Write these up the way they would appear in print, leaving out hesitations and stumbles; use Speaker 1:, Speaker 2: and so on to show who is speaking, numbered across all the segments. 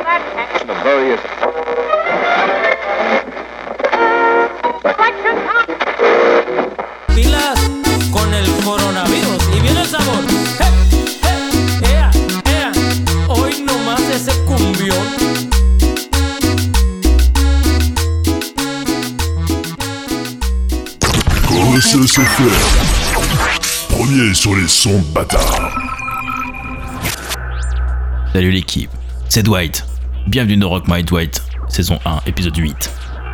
Speaker 1: Pilas con el coronavirus y viene el sabor. Ea, ea, hoy nomás ese cumbión.
Speaker 2: Premier sur les sons bâtards.
Speaker 3: Salut l'équipe, c'est Dwight. Bienvenue dans Rock My Dwight, saison 1, épisode 8.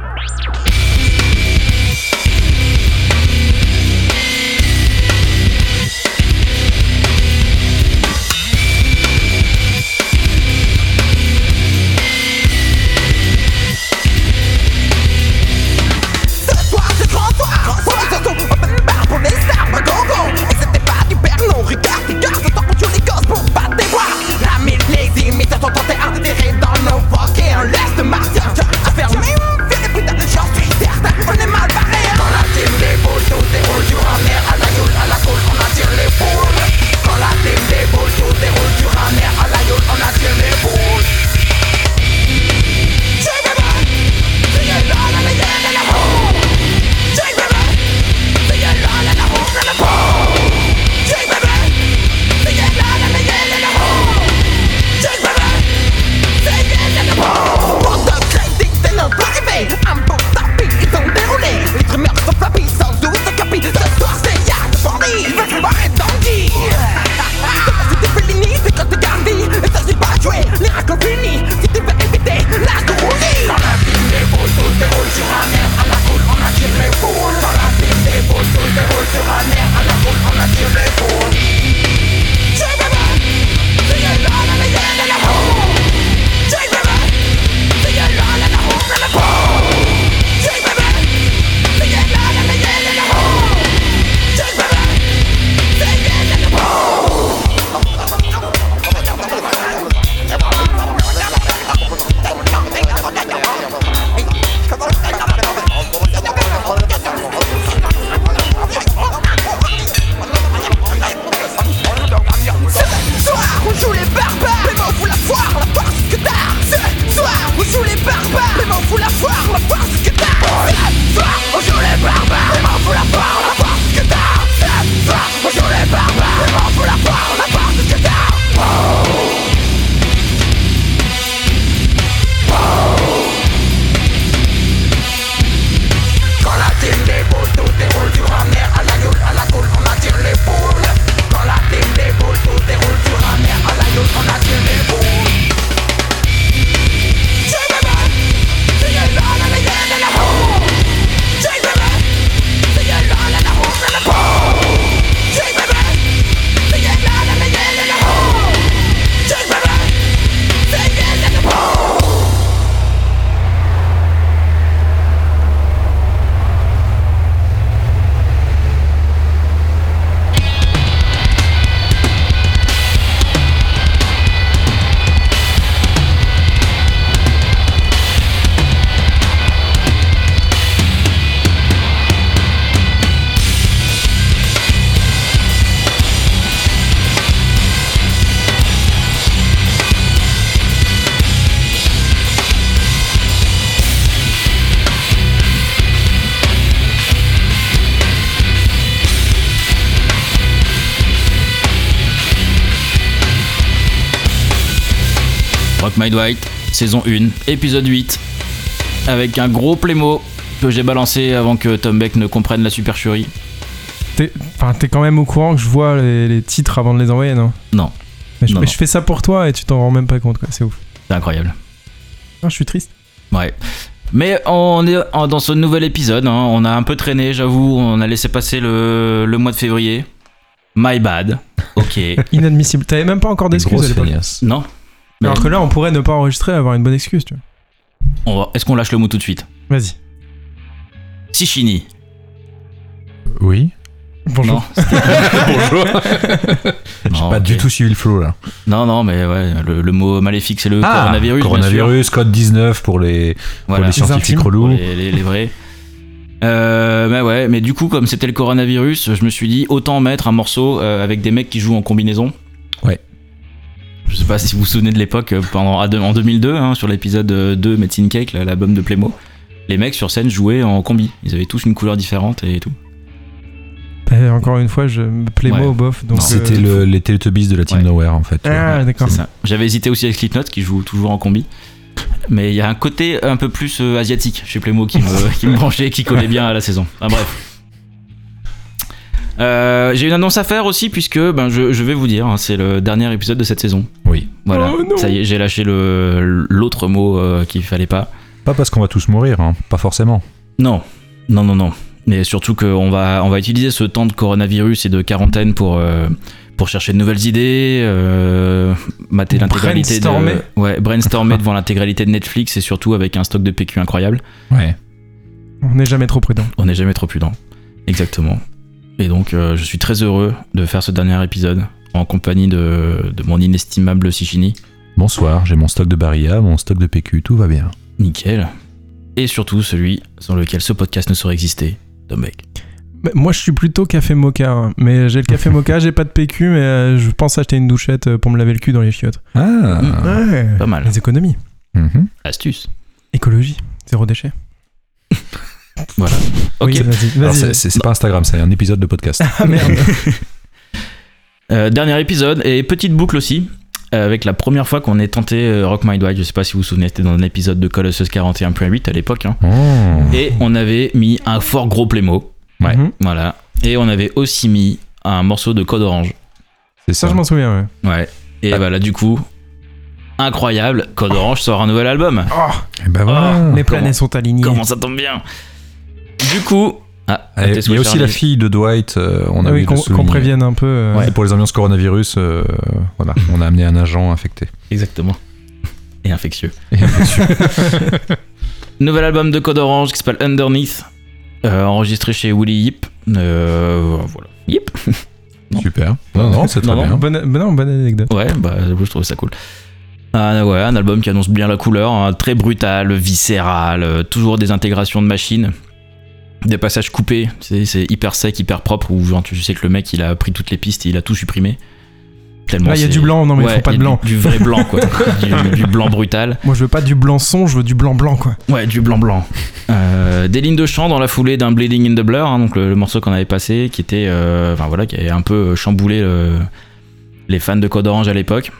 Speaker 3: Rock My Dwight, saison 1, épisode 8, avec un gros plémo que j'ai balancé avant que Tom Beck ne comprenne la supercherie.
Speaker 4: T'es quand même au courant que je vois les titres avant de les envoyer, non ?
Speaker 3: Non.
Speaker 4: Mais je fais ça pour toi et tu t'en rends même pas compte, quoi. C'est ouf.
Speaker 3: C'est incroyable.
Speaker 4: Ah, je suis triste.
Speaker 3: Ouais. Mais on est dans ce nouvel épisode, hein, on a un peu traîné, j'avoue, on a laissé passer le mois de février. My bad. Ok.
Speaker 4: Inadmissible. T'avais même pas encore d'excuses à l'époque.
Speaker 3: Non.
Speaker 4: Alors que là, on pourrait ne pas enregistrer et avoir une bonne excuse, tu vois.
Speaker 3: Est-ce qu'on lâche le mot tout de suite ?
Speaker 4: Vas-y.
Speaker 3: Sichini.
Speaker 5: Oui.
Speaker 4: Bonjour.
Speaker 5: Bonjour. J'ai pas du tout suivi le flow là.
Speaker 3: Non, mais ouais, le mot maléfique, c'est le coronavirus.
Speaker 5: Coronavirus, code 19 pour les scientifiques relous.
Speaker 3: Les vrais. Mais du coup, comme c'était le coronavirus, je me suis dit autant mettre un morceau avec des mecs qui jouent en combinaison.
Speaker 5: Ouais.
Speaker 3: Je sais pas si vous vous souvenez de l'époque, en 2002, hein, sur l'épisode 2 Medicine Cake, l'album de Playmo, les mecs sur scène jouaient en combi. Ils avaient tous une couleur différente et tout.
Speaker 4: Encore une fois, je me Playmo bof. Donc
Speaker 5: c'était les Teletubbies de la Team Nowhere en fait.
Speaker 4: Ah, d'accord.
Speaker 3: C'est ça. J'avais hésité aussi avec Slipknot qui joue toujours en combi. Mais il y a un côté un peu plus asiatique chez Playmo qui me branchait, qui collait bien à la saison. Enfin, bref. J'ai une annonce à faire aussi puisque je vais vous dire, hein, c'est le dernier épisode de cette saison.
Speaker 5: Oui.
Speaker 3: Voilà.
Speaker 4: Oh, non.
Speaker 3: Ça y est, j'ai lâché l'autre mot qu'il fallait pas.
Speaker 5: Pas parce qu'on va tous mourir, hein. Pas forcément.
Speaker 3: Non. Mais surtout qu'on va utiliser ce temps de coronavirus et de quarantaine pour chercher de nouvelles idées, mater l'intégralité brainstormer devant l'intégralité de Netflix et surtout avec un stock de PQ incroyable.
Speaker 5: Ouais.
Speaker 4: On n'est jamais trop prudent.
Speaker 3: Exactement. Et donc je suis très heureux de faire ce dernier épisode en compagnie de mon inestimable Sichini.
Speaker 5: Bonsoir, j'ai mon stock de Barilla, mon stock de PQ, tout va bien.
Speaker 3: Nickel. Et surtout celui sans lequel ce podcast ne saurait exister, Domek.
Speaker 4: Moi, je suis plutôt café mocha, hein. Mais j'ai le café mocha, j'ai pas de PQ, mais je pense acheter une douchette pour me laver le cul dans les chiottes.
Speaker 5: Ah.
Speaker 4: Ouais.
Speaker 3: Pas mal.
Speaker 4: Les économies.
Speaker 3: Astuce.
Speaker 4: Écologie, zéro déchet.
Speaker 3: Voilà. Ok.
Speaker 4: Oui, vas-y.
Speaker 5: Alors, c'est pas Instagram, c'est un épisode de podcast.
Speaker 4: Ah merde.
Speaker 3: Dernier épisode et petite boucle aussi. Avec la première fois qu'on est tenté Rock My Dog, je sais pas si vous vous souvenez, c'était dans un épisode de Colossus 41.8 à l'époque. Hein.
Speaker 5: Oh.
Speaker 3: Et on avait mis un fort gros Playmo.
Speaker 5: Ouais.
Speaker 3: Voilà. Et on avait aussi mis un morceau de Code Orange.
Speaker 5: C'est
Speaker 4: Ça,
Speaker 5: ça.
Speaker 4: je m'en souviens, ouais.
Speaker 3: Ouais. Et voilà, du coup, incroyable, Code Orange sort un nouvel album.
Speaker 4: Oh,
Speaker 5: Et ben voilà.
Speaker 4: les planètes sont alignées.
Speaker 3: Comment ça tombe bien. Du coup...
Speaker 5: Il y a aussi la fille de Dwight, on a
Speaker 4: Ah oui,
Speaker 5: oublié de le
Speaker 4: qu'on
Speaker 5: souligner.
Speaker 4: prévienne un peu.
Speaker 5: C'est pour les ambiances coronavirus, voilà, on a amené un agent infecté.
Speaker 3: Exactement. Et infectieux. Nouvel album de Code Orange qui s'appelle Underneath, enregistré chez Willy Yip. Voilà. Yip. Non.
Speaker 5: Super. Non, c'est très
Speaker 3: Non,
Speaker 5: bien.
Speaker 4: Bonne anecdote.
Speaker 3: Ouais, je trouvais ça cool. Un album qui annonce bien la couleur, hein, très brutal, viscéral, toujours des intégrations de machines. Des passages coupés, c'est hyper sec, hyper propre, où genre, tu sais que le mec il a pris toutes les pistes et il a tout supprimé. Tellement
Speaker 4: Là, il y a
Speaker 3: c'est-
Speaker 4: du blanc, non, mais il
Speaker 3: Ouais,
Speaker 4: faut pas
Speaker 3: y a
Speaker 4: de blanc.
Speaker 3: Du vrai blanc, quoi. du blanc brutal.
Speaker 4: Moi, je veux pas du blanc son, je veux du blanc blanc, quoi.
Speaker 3: Ouais, du blanc. Des lignes de chant dans la foulée d'un Bleeding in the Blur, hein, donc le morceau qu'on avait passé, qui était, qui avait un peu chamboulé les fans de Code Orange à l'époque.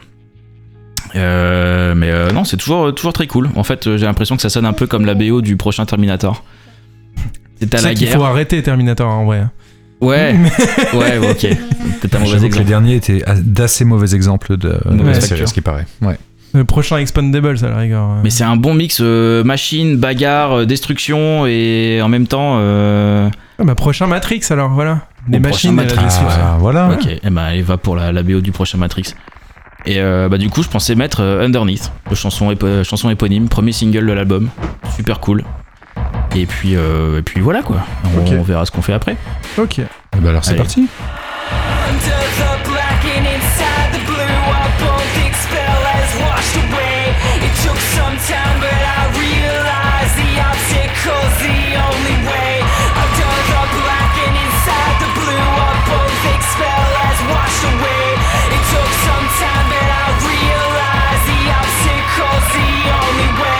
Speaker 3: Non, c'est toujours très cool. En fait, j'ai l'impression que ça sonne un peu comme la BO du prochain Terminator. C'est à
Speaker 4: C'est
Speaker 3: la
Speaker 4: ça qu'il
Speaker 3: guerre.
Speaker 4: faut arrêter Terminator, en vrai.
Speaker 3: Ouais, ok. Peut-être un mauvais
Speaker 5: J'avoue que les
Speaker 3: exemple.
Speaker 5: derniers étaient d'assez mauvais exemples de
Speaker 3: Mauvaise
Speaker 5: la série,
Speaker 3: facture.
Speaker 5: ce qui paraît. Ouais.
Speaker 4: Le prochain Expandable, ça, à la rigueur.
Speaker 3: Mais c'est un bon mix machine, bagarre, destruction et en même temps.
Speaker 4: Prochain Matrix, alors, voilà. Les
Speaker 3: Au
Speaker 4: machines
Speaker 3: prochain
Speaker 4: et la
Speaker 3: Matrix.
Speaker 4: destruction.
Speaker 5: Voilà.
Speaker 3: Ok, et elle va pour la BO du prochain Matrix. Et du coup, je pensais mettre Underneath, chanson éponyme, premier single de l'album, super cool. Et puis voilà quoi.
Speaker 4: Ok.
Speaker 3: On verra ce qu'on fait après.
Speaker 4: Ok.
Speaker 5: Et ben alors c'est
Speaker 3: Allez.
Speaker 5: parti.
Speaker 6: Under the black and inside the blue, our Baltic spell has washed away. It took some time, but I realized the obstacle's the only way. Under the black and inside the blue, our Baltic spell has washed away. It took some time, but I realized the obstacle's the only way.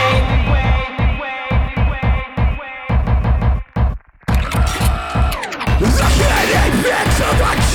Speaker 6: The apex of the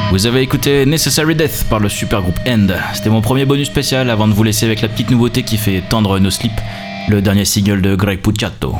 Speaker 3: Vous avez écouté Necessary Death par le super groupe End. C'était mon premier bonus spécial avant de vous laisser avec la petite nouveauté qui fait tendre nos slips, le dernier single de Greg Puciato.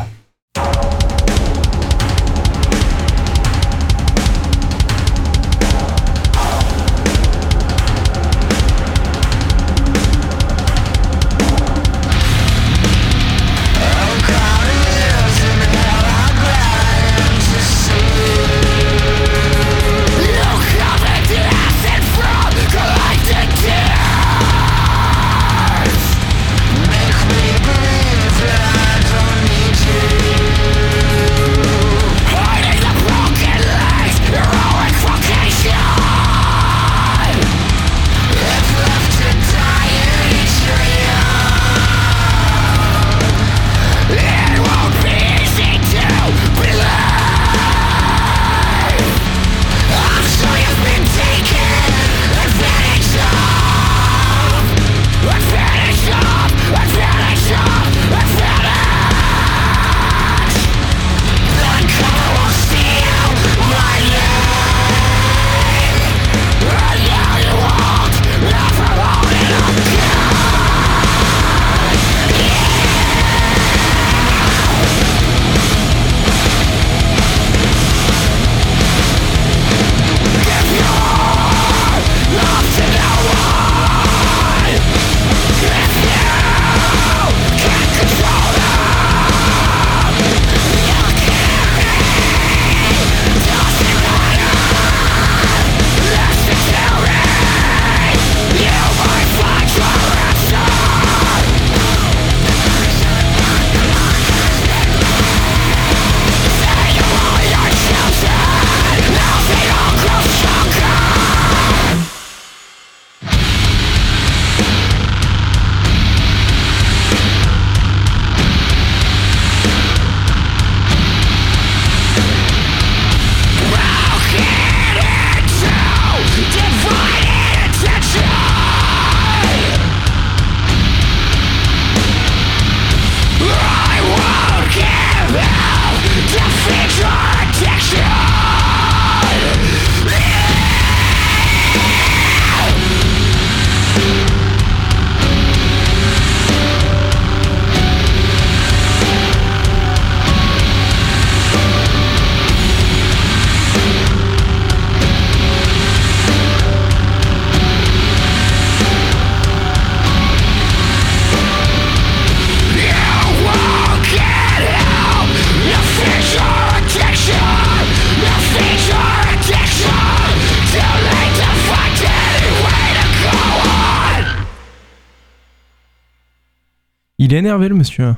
Speaker 4: Il est énervé le monsieur.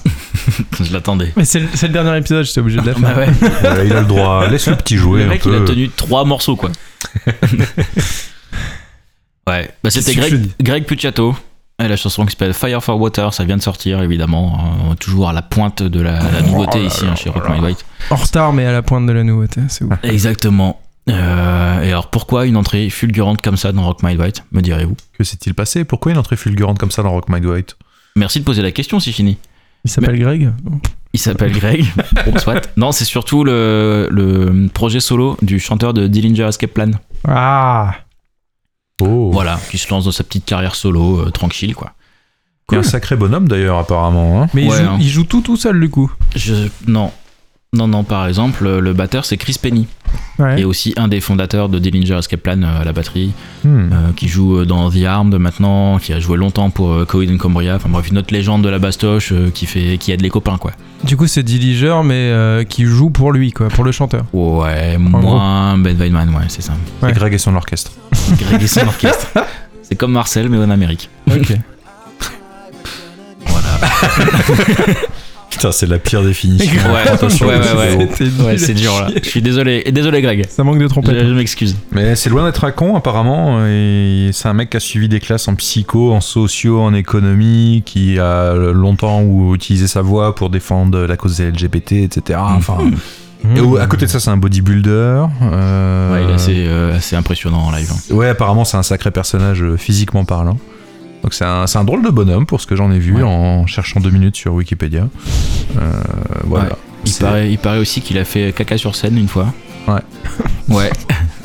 Speaker 3: Je l'attendais.
Speaker 4: Mais c'est le dernier épisode, j'étais obligé de la faire.
Speaker 3: Bah ouais.
Speaker 5: Il a le droit. Laisse le petit jouer.
Speaker 3: Le mec,
Speaker 5: un peu.
Speaker 3: il a tenu 3 morceaux, quoi. Ouais. Bah, c'était Greg Puciato. Et la chanson qui s'appelle Fire for Water, ça vient de sortir, évidemment. Toujours à la pointe de la nouveauté ici, chez Rock My White.
Speaker 4: En retard, mais à la pointe de la nouveauté, c'est ouf.
Speaker 3: Exactement. Et alors, pourquoi une entrée fulgurante comme ça dans Rock My White, me direz-vous?
Speaker 5: Que s'est-il passé? Pourquoi une entrée fulgurante comme ça dans Rock My White?
Speaker 3: Merci de poser la question, si fini.
Speaker 4: Il s'appelle Greg?
Speaker 3: Il s'appelle Greg. Bon, soit. Non, c'est surtout le projet solo du chanteur de Dillinger Escape Plan.
Speaker 4: Ah!
Speaker 5: Oh.
Speaker 3: Voilà, qui se lance dans sa petite carrière solo, tranquille, quoi.
Speaker 5: Cool. Un sacré bonhomme d'ailleurs, apparemment. Hein.
Speaker 4: Mais
Speaker 3: ouais,
Speaker 4: il joue tout seul, du coup.
Speaker 3: Non, par exemple, le batteur, c'est Chris Penny.
Speaker 4: Ouais.
Speaker 3: Et aussi un des fondateurs de Dillinger Escape Plan à la batterie, qui joue dans The Armed maintenant, qui a joué longtemps pour Coheed and Cambria. Enfin bref, une autre légende de la bastoche qui aide les copains, quoi.
Speaker 4: Du coup, c'est Dillinger, mais qui joue pour lui, quoi, pour le chanteur.
Speaker 3: Ouais, moins Ben Weidman, ouais, c'est ça.
Speaker 5: Ouais. Et Greg et son orchestre.
Speaker 3: Greg et son orchestre. C'est comme Marcel, mais en Amérique.
Speaker 4: Ok.
Speaker 3: Voilà.
Speaker 5: Putain, c'est la pire définition.
Speaker 3: Ouais, c'est dur là. Je suis désolé Greg.
Speaker 4: Ça manque de trompette.
Speaker 3: Je m'excuse.
Speaker 5: Mais c'est loin d'être un con apparemment. Et c'est un mec qui a suivi des classes en psycho, en socio, en économie, qui a longtemps utilisé sa voix pour défendre la cause des LGBT, etc. Enfin. Et à côté de ça, c'est un bodybuilder.
Speaker 3: Ouais, il est assez impressionnant en live.
Speaker 5: Ouais, apparemment, c'est un sacré personnage physiquement parlant. Donc c'est un drôle de bonhomme pour ce que j'en ai vu en cherchant 2 minutes sur Wikipédia. Voilà.
Speaker 3: Ouais. Il paraît aussi qu'il a fait caca sur scène une fois.
Speaker 5: Ouais.
Speaker 3: Ouais.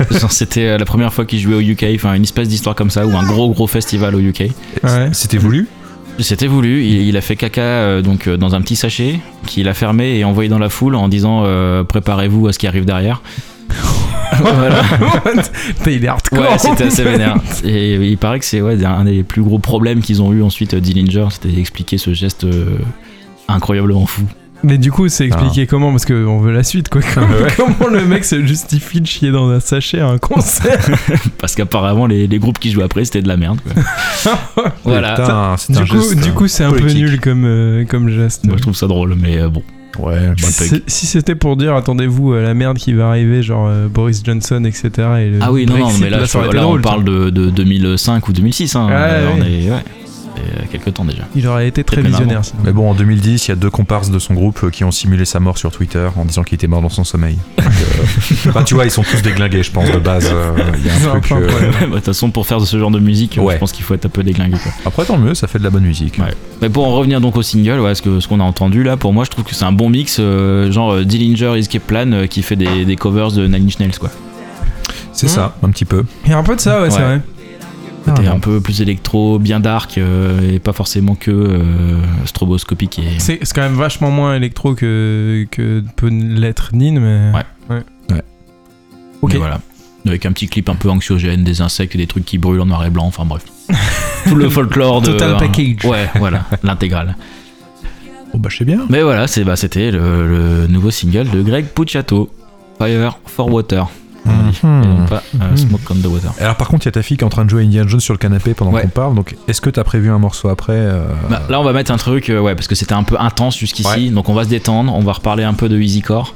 Speaker 3: Genre, c'était la première fois qu'il jouait au UK, enfin une espèce d'histoire comme ça, ou un gros festival au UK.
Speaker 4: Ouais.
Speaker 5: C'était voulu?
Speaker 3: C'était voulu, il a fait caca donc dans un petit sachet qu'il a fermé et envoyé dans la foule en disant préparez-vous à ce qui arrive derrière. Voilà.
Speaker 4: Putain, il est hardcore.
Speaker 3: Ouais, c'était assez vénère. Et il paraît que c'est un des plus gros problèmes qu'ils ont eu ensuite Dillinger, c'était d'expliquer ce geste incroyablement fou.
Speaker 4: Mais du coup, c'est expliqué comment? Parce qu'on veut la suite, quoi. Comment le mec se justifie de chier dans un sachet à un concert?
Speaker 3: Parce qu'apparemment, les groupes qui jouaient après, c'était de la merde, quoi. Voilà.
Speaker 5: Putain,
Speaker 4: Du coup, c'est un peu nul comme geste.
Speaker 3: Moi, je trouve ça drôle, mais bon.
Speaker 5: Ouais,
Speaker 4: Si c'était pour dire, attendez-vous à la merde qui va arriver, genre Boris Johnson, etc. Et le
Speaker 3: Ah oui, non,
Speaker 4: Brexit,
Speaker 3: mais là
Speaker 4: drôle,
Speaker 3: on parle de 2005 ou 2006. Hein. On est quelques temps déjà.
Speaker 4: Il aurait été très
Speaker 3: Très
Speaker 4: visionnaire. Sinon.
Speaker 5: Mais bon, en 2010, il y a 2 comparses de son groupe qui ont simulé sa mort sur Twitter en disant qu'il était mort dans son sommeil. Donc, tu vois, ils sont tous déglingués, je pense, de base. Il y a un truc.
Speaker 3: De toute façon, pour faire ce genre de musique, je pense qu'il faut être un peu déglingué, quoi.
Speaker 5: Après, tant mieux, ça fait de la bonne musique.
Speaker 3: Ouais. Mais pour en revenir donc au single, ce qu'on a entendu là, pour moi, je trouve que c'est un bon mix, genre Dillinger Escape Plan qui fait des covers de Nine Inch Nails, quoi.
Speaker 5: C'est ça, un petit peu.
Speaker 4: Il y a un peu de ça, ouais. C'est vrai.
Speaker 3: C'était un peu plus électro, bien dark, et pas forcément que stroboscopique.
Speaker 4: C'est quand même vachement moins électro que peut l'être Nin, mais...
Speaker 3: Ouais.
Speaker 4: Ok.
Speaker 3: Mais voilà. Avec un petit clip un peu anxiogène, des insectes et des trucs qui brûlent en noir et blanc, enfin bref. Tout le folklore de...
Speaker 4: Total package.
Speaker 3: Ouais, voilà, l'intégrale.
Speaker 5: Oh bah je sais bien.
Speaker 3: Mais voilà, c'était le nouveau single de Greg Puciato, Fire for Water. Et non pas Smoke on the Water.
Speaker 5: Alors par contre, il y a ta fille qui est en train de jouer Indiana Jones sur le canapé pendant qu'on parle, donc est-ce que t'as prévu un morceau après
Speaker 3: Là on va mettre un truc, parce que c'était un peu intense jusqu'ici, donc on va se détendre, on va reparler un peu de Easycore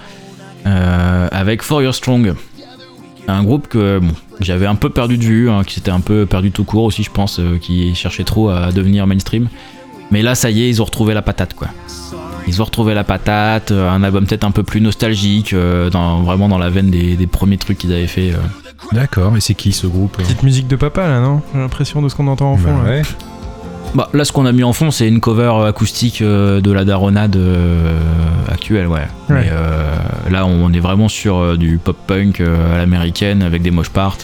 Speaker 3: avec For Your Strong, un groupe que j'avais un peu perdu de vue, qui s'était un peu perdu tout court aussi, je pense, qui cherchait trop à devenir mainstream, mais là ça y est, ils ont retrouvé la patate, quoi. Ils ont retrouvé la patate, un album peut-être un peu plus nostalgique, vraiment dans la veine des premiers trucs qu'ils avaient fait.
Speaker 5: D'accord, et c'est qui ce groupe
Speaker 4: Petite musique de papa là, non? J'ai l'impression de ce qu'on entend en fond.
Speaker 5: Ouais.
Speaker 3: Là, ce qu'on a mis en fond, c'est une cover acoustique de la daronade actuelle, ouais. Mais là, on est vraiment sur du pop-punk à l'américaine avec des mosh parts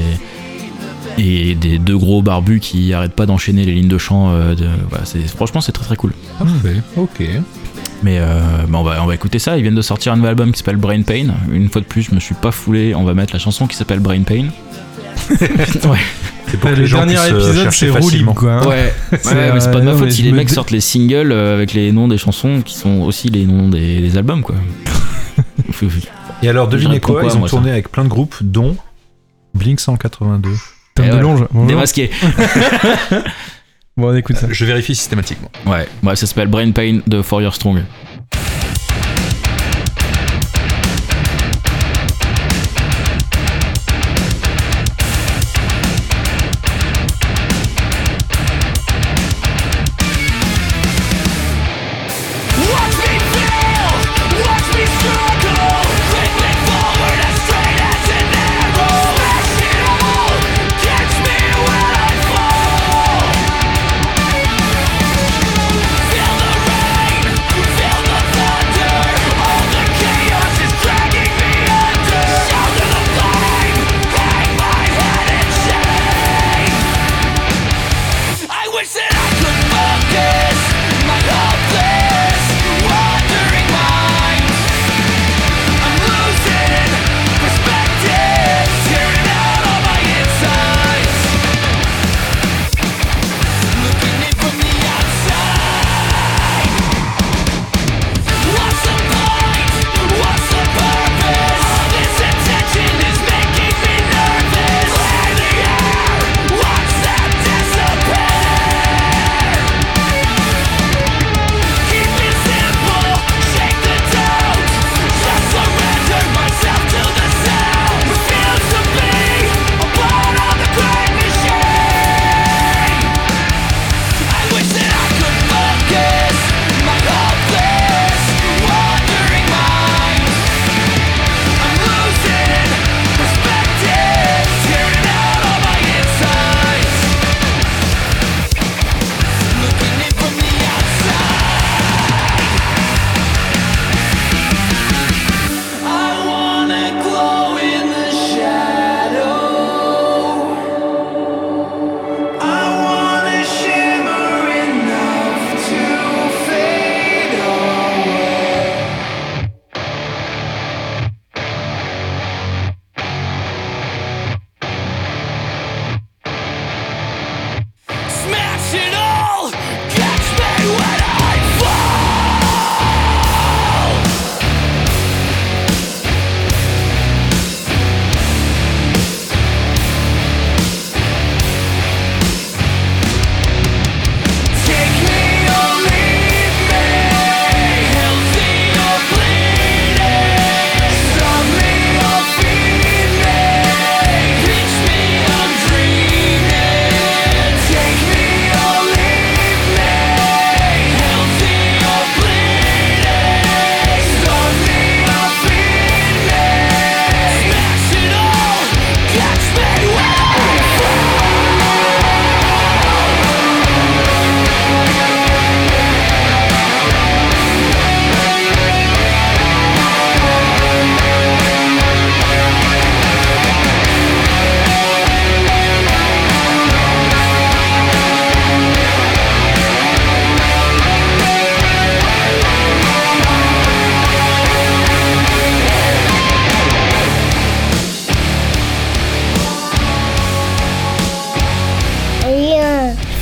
Speaker 3: et des 2 gros barbus qui arrêtent pas d'enchaîner les lignes de chant. Franchement, c'est très très cool.
Speaker 5: Parfait, ok.
Speaker 3: Mais on va écouter ça. Ils viennent de sortir un nouvel album qui s'appelle Brain Pain. Une fois de plus, je me suis pas foulé. On va mettre la chanson qui s'appelle Brain Pain. Ouais.
Speaker 5: C'est pour que
Speaker 4: Le
Speaker 5: les gens
Speaker 4: dernier
Speaker 5: puissent
Speaker 4: épisode,
Speaker 5: chercher
Speaker 4: c'est roue
Speaker 5: facilement.
Speaker 4: libre, quoi. Hein.
Speaker 3: Ouais, mais c'est pas de ma faute si les mecs sortent les singles avec les noms des chansons qui sont aussi les noms des albums, quoi.
Speaker 5: Et alors, devinez quoi,
Speaker 3: pourquoi,
Speaker 5: ils ont
Speaker 3: moi,
Speaker 5: tourné
Speaker 3: ça.
Speaker 5: avec plein de groupes, dont Blink 182.
Speaker 4: Tom de longe.
Speaker 3: Démasqué.
Speaker 4: Bon, on écoute ça.
Speaker 5: Je vérifie systématiquement.
Speaker 3: Ouais, ça s'appelle Brain Pain de For Your Strong.
Speaker 6: Watch me fail, watch me struggle, quickly forward as straight as an arrow. Smash it all, catch me when I fall. Feel the rain, feel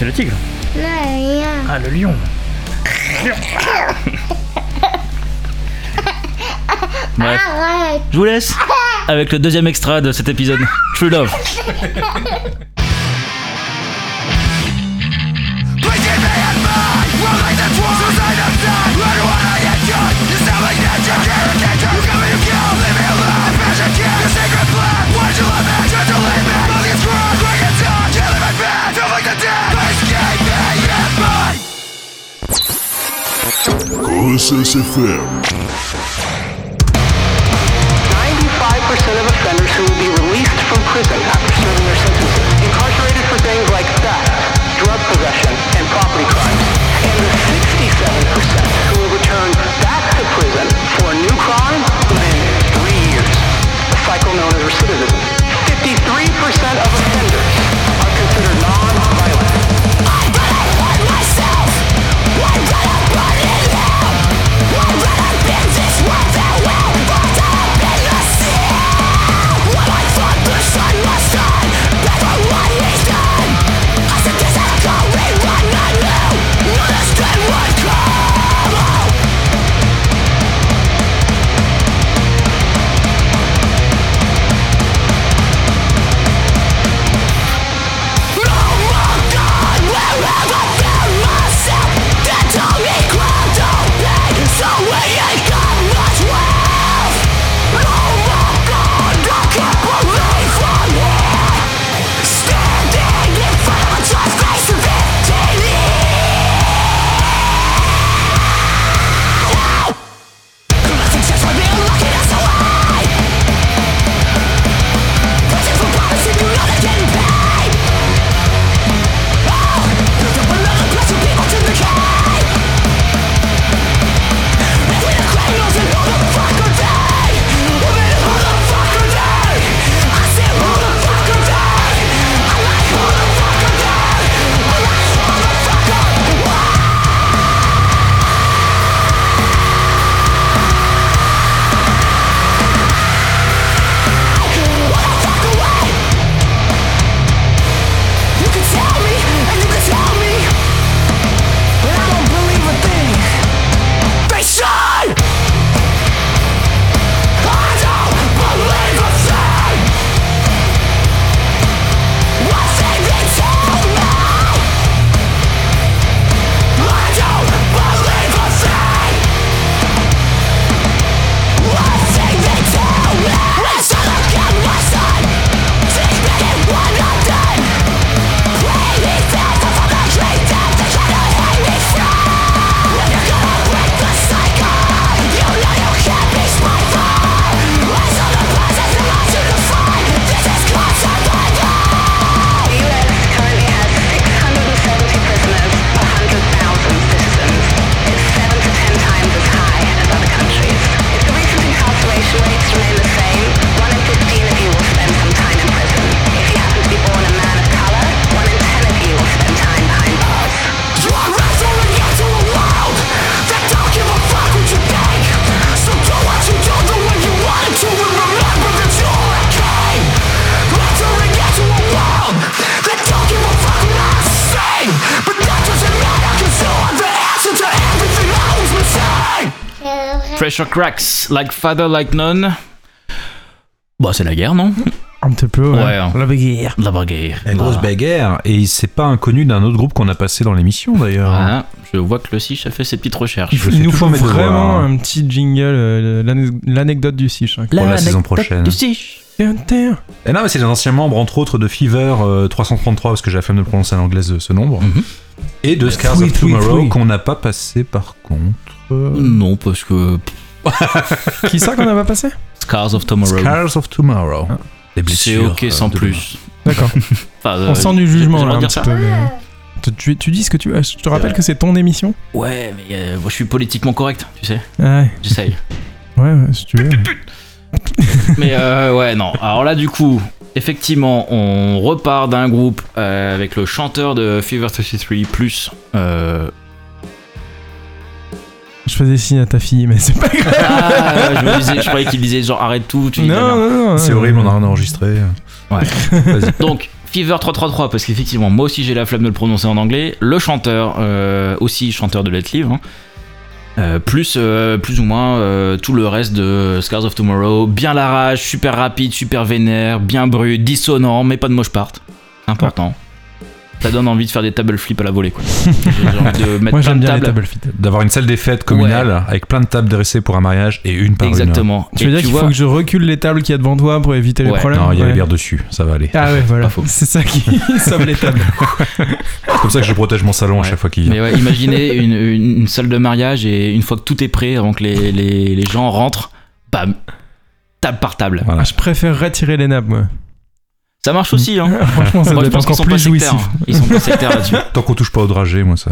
Speaker 3: C'est le tigre.
Speaker 7: Non, rien.
Speaker 3: Ah, le lion. Bref,
Speaker 7: Arrête.
Speaker 3: je vous laisse avec le deuxième extrait de cet épisode. True Love.
Speaker 2: Grosse FM.
Speaker 8: 95% of offenders who will be released from prison after serving their sentences, incarcerated for things like theft, drug possession, and property crimes. And the 67% who will return back to prison for a new crime within 3 years. A cycle known as recidivism. 53% of offenders are considered non-violent. I'm gonna hurt myself! I'm gonna burn it down! I'm gonna bend this world that will burn up in the sea! When I thought the sun was done, everyone is done! I said this is going on, I knew this day would come!
Speaker 3: Pressure cracks, like father, like none. Bah, c'est la guerre, non?
Speaker 4: Un petit peu, ouais.
Speaker 3: Ouais.
Speaker 4: La bagarre.
Speaker 3: La bagarre.
Speaker 5: Une grosse bagarre, et c'est pas inconnu d'un autre groupe qu'on a passé dans l'émission d'ailleurs.
Speaker 3: Ah, je vois que le Sich a fait ses petites recherches.
Speaker 4: Il nous faut
Speaker 5: mes devoirs,
Speaker 4: vraiment
Speaker 5: hein.
Speaker 4: un petit jingle, l'anecdote du Sich. Hein.
Speaker 5: Pour la saison prochaine.
Speaker 3: Du Sich.
Speaker 5: Et non, mais c'est les anciens membres, entre autres, de Fever 333, parce que j'ai la flemme de prononcer à l'anglaise ce nombre, et de Scars of Tomorrow, qu'on n'a pas passé par contre.
Speaker 3: Non, parce que.
Speaker 4: Qui ça qu'on n'a pas passé?
Speaker 3: Scars of Tomorrow.
Speaker 5: Scars of Tomorrow.
Speaker 4: Ah.
Speaker 5: Les
Speaker 3: C'est
Speaker 5: blessures,
Speaker 3: ok sans
Speaker 5: de
Speaker 3: plus.
Speaker 4: D'accord.
Speaker 3: Enfin,
Speaker 4: On sent du jugement
Speaker 3: j'ai le
Speaker 4: là
Speaker 3: droit
Speaker 4: un
Speaker 3: de dire
Speaker 4: petit
Speaker 3: ça.
Speaker 4: peu. Mais... Tu dis ce que tu veux. Je te rappelle que c'est ton émission.
Speaker 3: Ouais, mais moi je suis politiquement correct, tu sais.
Speaker 4: Ouais.
Speaker 3: J'essaye.
Speaker 4: Ouais, si tu veux.
Speaker 3: Mais ouais, non. Alors là, du coup, effectivement, on repart d'un groupe avec le chanteur de Fever 33 plus.
Speaker 4: Je faisais signe à ta fille, mais c'est pas grave.
Speaker 3: Ah, je croyais qu'il disait genre arrête tout. Tu dis,
Speaker 4: Non.
Speaker 5: C'est horrible, on a rien enregistré.
Speaker 3: Ouais. Donc, Fever 333, parce qu'effectivement, moi aussi j'ai la flemme de le prononcer en anglais. Le chanteur, aussi chanteur de Let Live, hein. Plus ou moins tout le reste de Scars of Tomorrow. Bien la rage, super rapide, super vénère, bien brut, dissonant, mais pas de moche part. Important. Ça donne envie de faire des table flips à la volée, quoi. J'ai envie de mettre
Speaker 4: Moi
Speaker 3: plein
Speaker 4: j'aime
Speaker 3: de
Speaker 4: bien les
Speaker 3: tables.
Speaker 4: table fit.
Speaker 5: D'avoir une salle des fêtes communale avec plein de tables dressées pour un mariage et une par
Speaker 3: Exactement.
Speaker 4: Tu veux dire qu'il faut que je recule les tables qu'il y a devant toi pour éviter les
Speaker 3: Ouais.
Speaker 4: problèmes?
Speaker 5: une. Non, il y a
Speaker 4: Ouais.
Speaker 5: les bières dessus, ça va aller.
Speaker 4: Ah ouais, voilà.
Speaker 3: Pas faux.
Speaker 4: C'est ça qui sauve les tables.
Speaker 5: C'est comme ça que je protège mon salon à
Speaker 3: Ouais.
Speaker 5: chaque fois qu'il vient.
Speaker 3: Mais ouais, imaginez une salle de mariage et une fois que tout est prêt, avant que les gens rentrent, bam, table par table.
Speaker 5: Voilà.
Speaker 4: Je préférerais tirer les nappes, moi.
Speaker 3: Ça marche aussi, hein.
Speaker 4: Franchement, ça
Speaker 3: Moi,
Speaker 4: doit
Speaker 3: je
Speaker 4: être
Speaker 3: pense qu'ils
Speaker 4: encore
Speaker 3: sont pas
Speaker 4: plus
Speaker 3: sectaires.
Speaker 4: jouissif.
Speaker 3: Hein. Ils sont pas sectaires là-dessus.
Speaker 5: Tant qu'on touche pas au dragé, moi ça.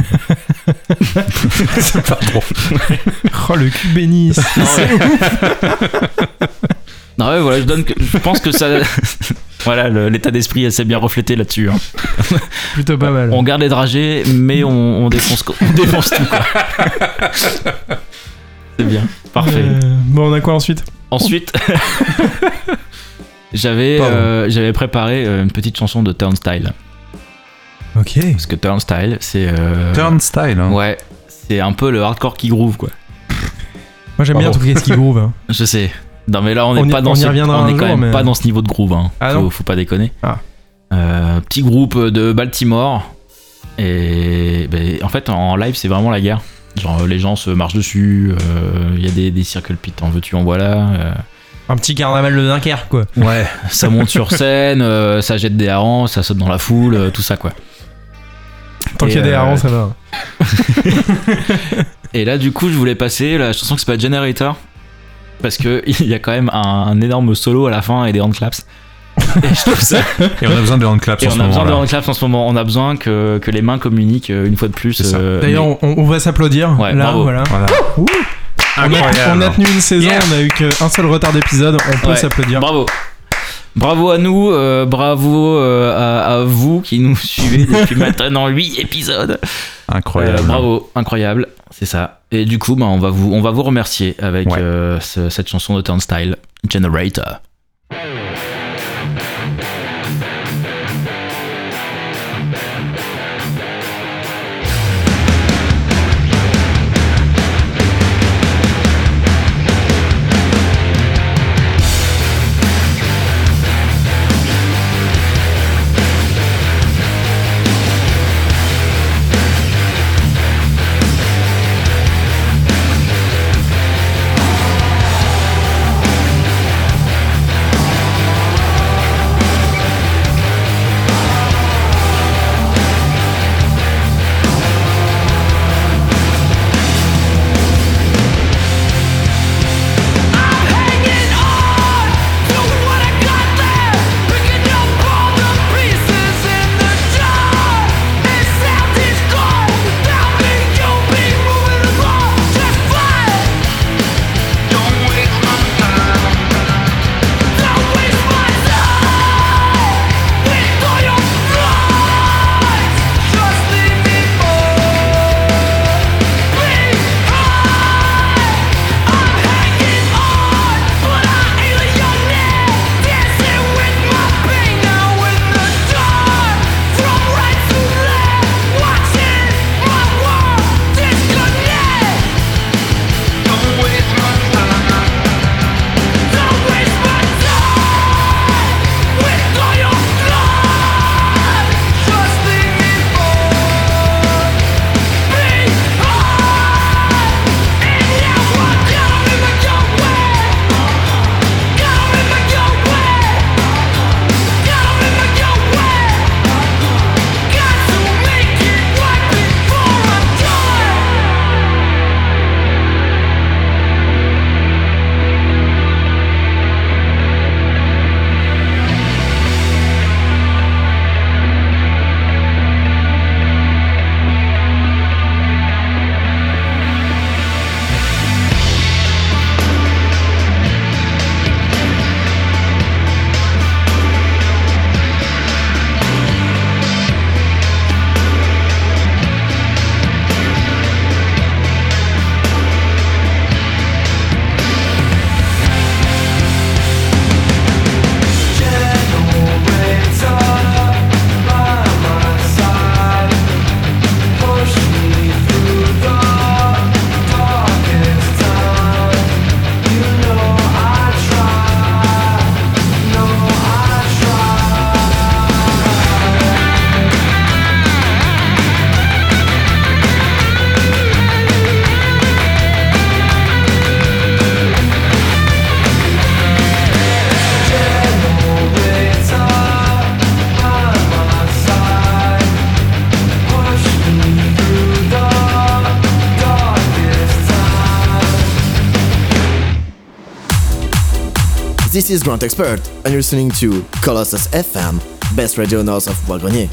Speaker 5: C'est pas trop.
Speaker 4: Oh, le cul béni.
Speaker 3: Non, ouais, voilà, je pense que ça. Voilà, l'état d'esprit s'est bien reflété là-dessus. Hein.
Speaker 4: Plutôt pas mal.
Speaker 3: On garde les dragées, mais on défonce tout, quoi. C'est bien, parfait.
Speaker 4: Bon, on a quoi ensuite?
Speaker 3: Ensuite, j'avais préparé une petite chanson de Turnstile.
Speaker 4: Ok.
Speaker 3: Parce que Turnstile, c'est.
Speaker 5: Turnstile, hein.
Speaker 3: Ouais, c'est un peu le hardcore qui groove, quoi.
Speaker 4: Moi j'aime bien
Speaker 5: Bravo.
Speaker 4: tout ce qui groove. Hein.
Speaker 3: Je sais. Non, mais là, on
Speaker 4: On
Speaker 3: n'est
Speaker 4: y-
Speaker 3: pas dans
Speaker 4: on y
Speaker 3: ce,
Speaker 4: reviendra
Speaker 3: on
Speaker 4: un
Speaker 3: est quand
Speaker 4: jour,
Speaker 3: même
Speaker 4: mais-
Speaker 3: pas dans ce niveau de groove. Hein.
Speaker 4: Ah non
Speaker 3: Faut pas déconner.
Speaker 4: Ah.
Speaker 3: Petit groupe de Baltimore. Et ben, en fait, en live, c'est vraiment la guerre. Genre, les gens se marchent dessus. Il y a des circle pits, en veux-tu, en voilà.
Speaker 4: Un petit carnaval de Dunkerque, quoi.
Speaker 3: Ouais, ça monte sur scène, ça jette des harengs, ça saute dans la foule, tout ça, quoi.
Speaker 4: Tant
Speaker 3: Et,
Speaker 4: qu'il y a des harengs, ça va.
Speaker 3: Et là, du coup, je voulais passer la chanson qui s'appelle Generator. Parce que il y a quand même un énorme solo à la fin et des handclaps. Et je trouve ça.
Speaker 5: Et on a besoin de handclaps
Speaker 3: Et
Speaker 5: en
Speaker 3: on
Speaker 5: ce
Speaker 3: a besoin de
Speaker 5: moment-là.
Speaker 3: handclaps en ce moment. On a besoin que les mains communiquent une fois de plus.
Speaker 5: C'est ça.
Speaker 4: D'ailleurs, on va s'applaudir.
Speaker 3: Ouais,
Speaker 4: là,
Speaker 3: bravo.
Speaker 4: voilà.
Speaker 5: Voilà.
Speaker 4: Ouh. On a tenu une saison,
Speaker 3: Yeah.
Speaker 4: on a eu qu'un seul retard d'épisode, on peut
Speaker 3: Ouais.
Speaker 4: s'applaudir.
Speaker 3: Bravo. Bravo à nous, bravo à vous qui nous suivez depuis maintenant 8 épisodes.
Speaker 5: Incroyable.
Speaker 3: Bravo, incroyable, c'est ça. Et du coup, bah, on va vous remercier avec
Speaker 5: Ouais.
Speaker 3: cette chanson de Turnstile, Generator.
Speaker 6: Generator
Speaker 7: This is Grant Expert, and you're listening to Colossus FM, best radio north of Bois-Grenier.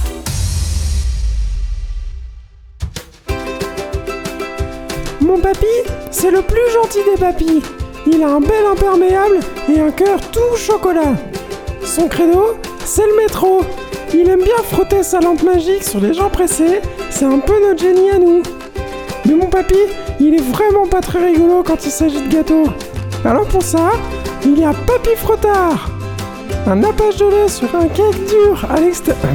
Speaker 9: Mon papy, c'est le plus gentil des papys. Il a un bel imperméable et un cœur tout chocolat. Son credo, c'est le métro. Il aime bien frotter sa lampe magique sur les gens pressés, c'est un peu notre génie à nous. Mais mon papy, il est vraiment pas très rigolo quand il s'agit de gâteaux. Alors pour ça, il y a Papy Frottard. Un nappage de lait sur un cake dur à l'extérieur.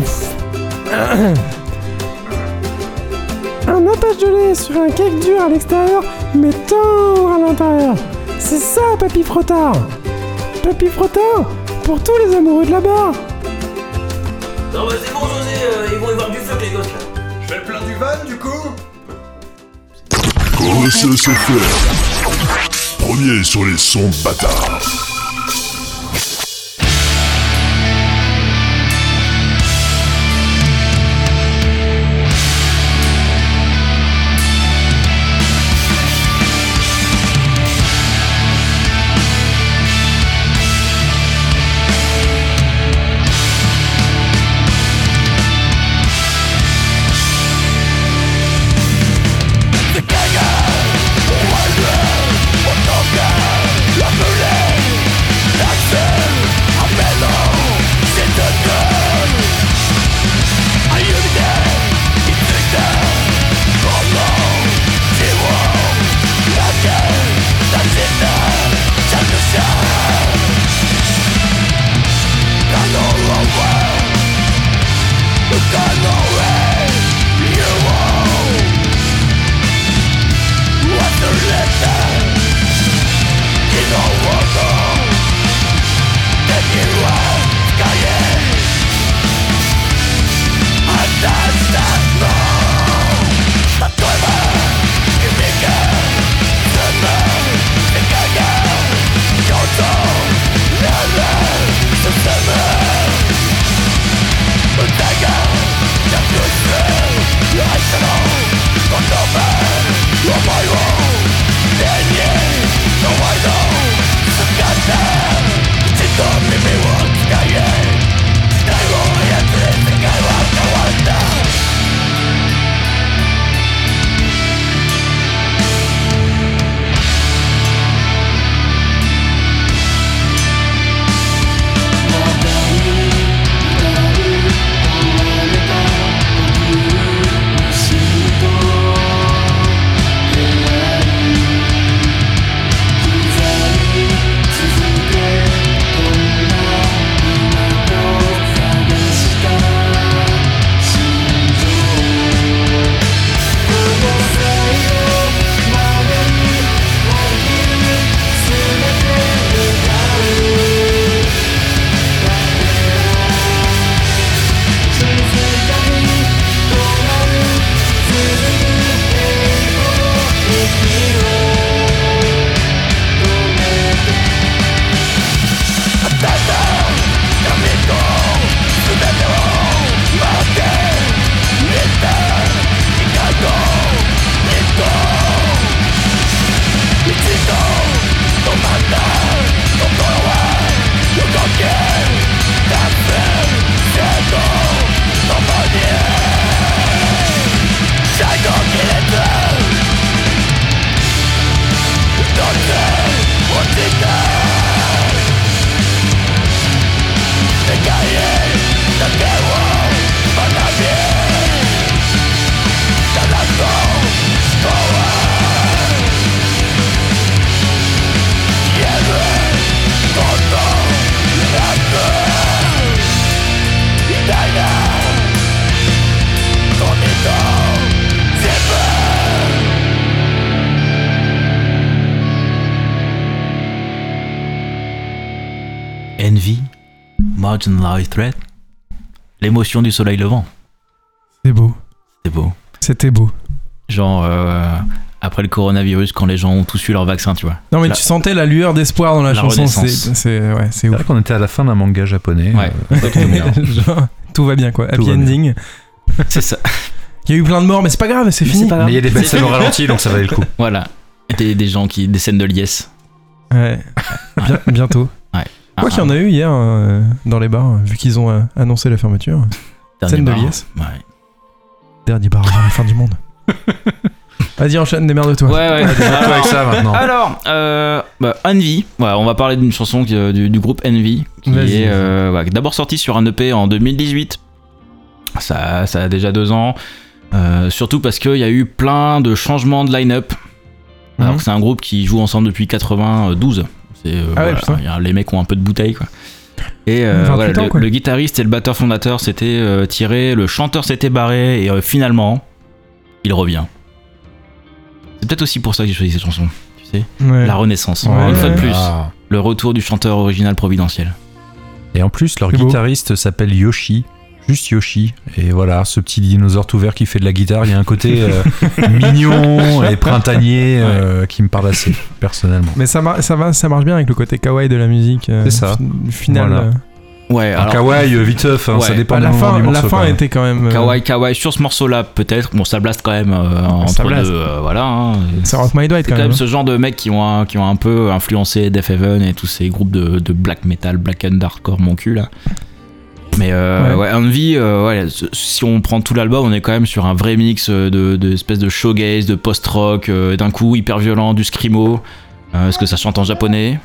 Speaker 9: Un nappage de lait sur un cake dur à l'extérieur, mais tendre à l'intérieur. C'est ça, Papy Frottard. Papy Frottard, pour tous les amoureux de la barre.
Speaker 1: Non bah c'est bon José, ils vont y voir du feu les gosses là.
Speaker 10: Je fais le plein du van du coup.
Speaker 2: Colossus FM. Premier sur les sons bâtards.
Speaker 3: Envy, Marginalized Threat, l'émotion du soleil levant.
Speaker 4: C'est beau.
Speaker 3: C'est beau.
Speaker 4: C'était beau.
Speaker 3: Genre, après le coronavirus, quand les gens ont tous eu leur vaccin, tu vois.
Speaker 4: Non, mais tu sentais la lueur d'espoir dans la chanson. C'est ouf.
Speaker 5: C'est vrai qu'on était à la fin d'un manga japonais.
Speaker 3: Ouais.
Speaker 4: Genre, tout va bien, quoi. Happy ending.
Speaker 3: C'est ça.
Speaker 4: Il y a eu plein de morts, mais c'est pas grave, c'est fini.
Speaker 5: Mais il y a des belles scènes au ralenti, donc ça valait le coup.
Speaker 3: Voilà. Des gens des scènes de liesse.
Speaker 4: Ouais. Bientôt.
Speaker 3: Ouais.
Speaker 4: Quoi qu'il y en a eu hier dans les bars, vu qu'ils ont annoncé la fermeture. Scène de liesse.
Speaker 3: Ouais.
Speaker 4: Dernier bar avant la fin du monde. Vas-y, enchaîne, démerde-toi.
Speaker 3: Ouais.
Speaker 5: Démerde-toi avec ça maintenant.
Speaker 3: Alors, Envy. Ouais, on va parler d'une chanson du groupe Envy, qui est d'abord sortie sur un EP en 2018. Ça a déjà 2 ans. Surtout parce qu'il y a eu plein de changements de line-up. Alors que c'est un groupe qui joue ensemble depuis 92. C'est, les mecs ont un peu de bouteille, quoi. Et le guitariste et le batteur fondateur s'étaient tirés, le chanteur s'était barré, et finalement, il revient. C'est peut-être aussi pour ça que j'ai choisi cette chanson, tu sais. Ouais. La renaissance. Une fois de plus, le retour du chanteur original providentiel.
Speaker 5: Et en plus, leur guitariste s'appelle Yoshi. Juste Yoshi, et voilà, ce petit dinosaure tout vert qui fait de la guitare, il y a un côté mignon et printanier qui me parle assez, personnellement.
Speaker 4: Mais ça marche bien avec le côté kawaii de la musique.
Speaker 5: C'est ça.
Speaker 4: Final.
Speaker 5: Voilà.
Speaker 3: Ouais, alors,
Speaker 5: kawaii, viteuf, ça dépend du morceau.
Speaker 4: La fin était quand même...
Speaker 3: Kawaii, sur ce morceau-là, peut-être. Bon, ça blast quand même entre deux, voilà. Hein.
Speaker 4: Ça rock my dwight
Speaker 3: quand
Speaker 4: même.
Speaker 3: Ce genre de mecs qui ont un peu influencé Death Heaven et tous ces groupes de black metal, black and hardcore, mon cul, là. Mais Envy, si on prend tout l'album, on est quand même sur un vrai mix de espèce de shoegaze, de post-rock, d'un coup hyper violent, du screamo. Est-ce que ça chante en japonais?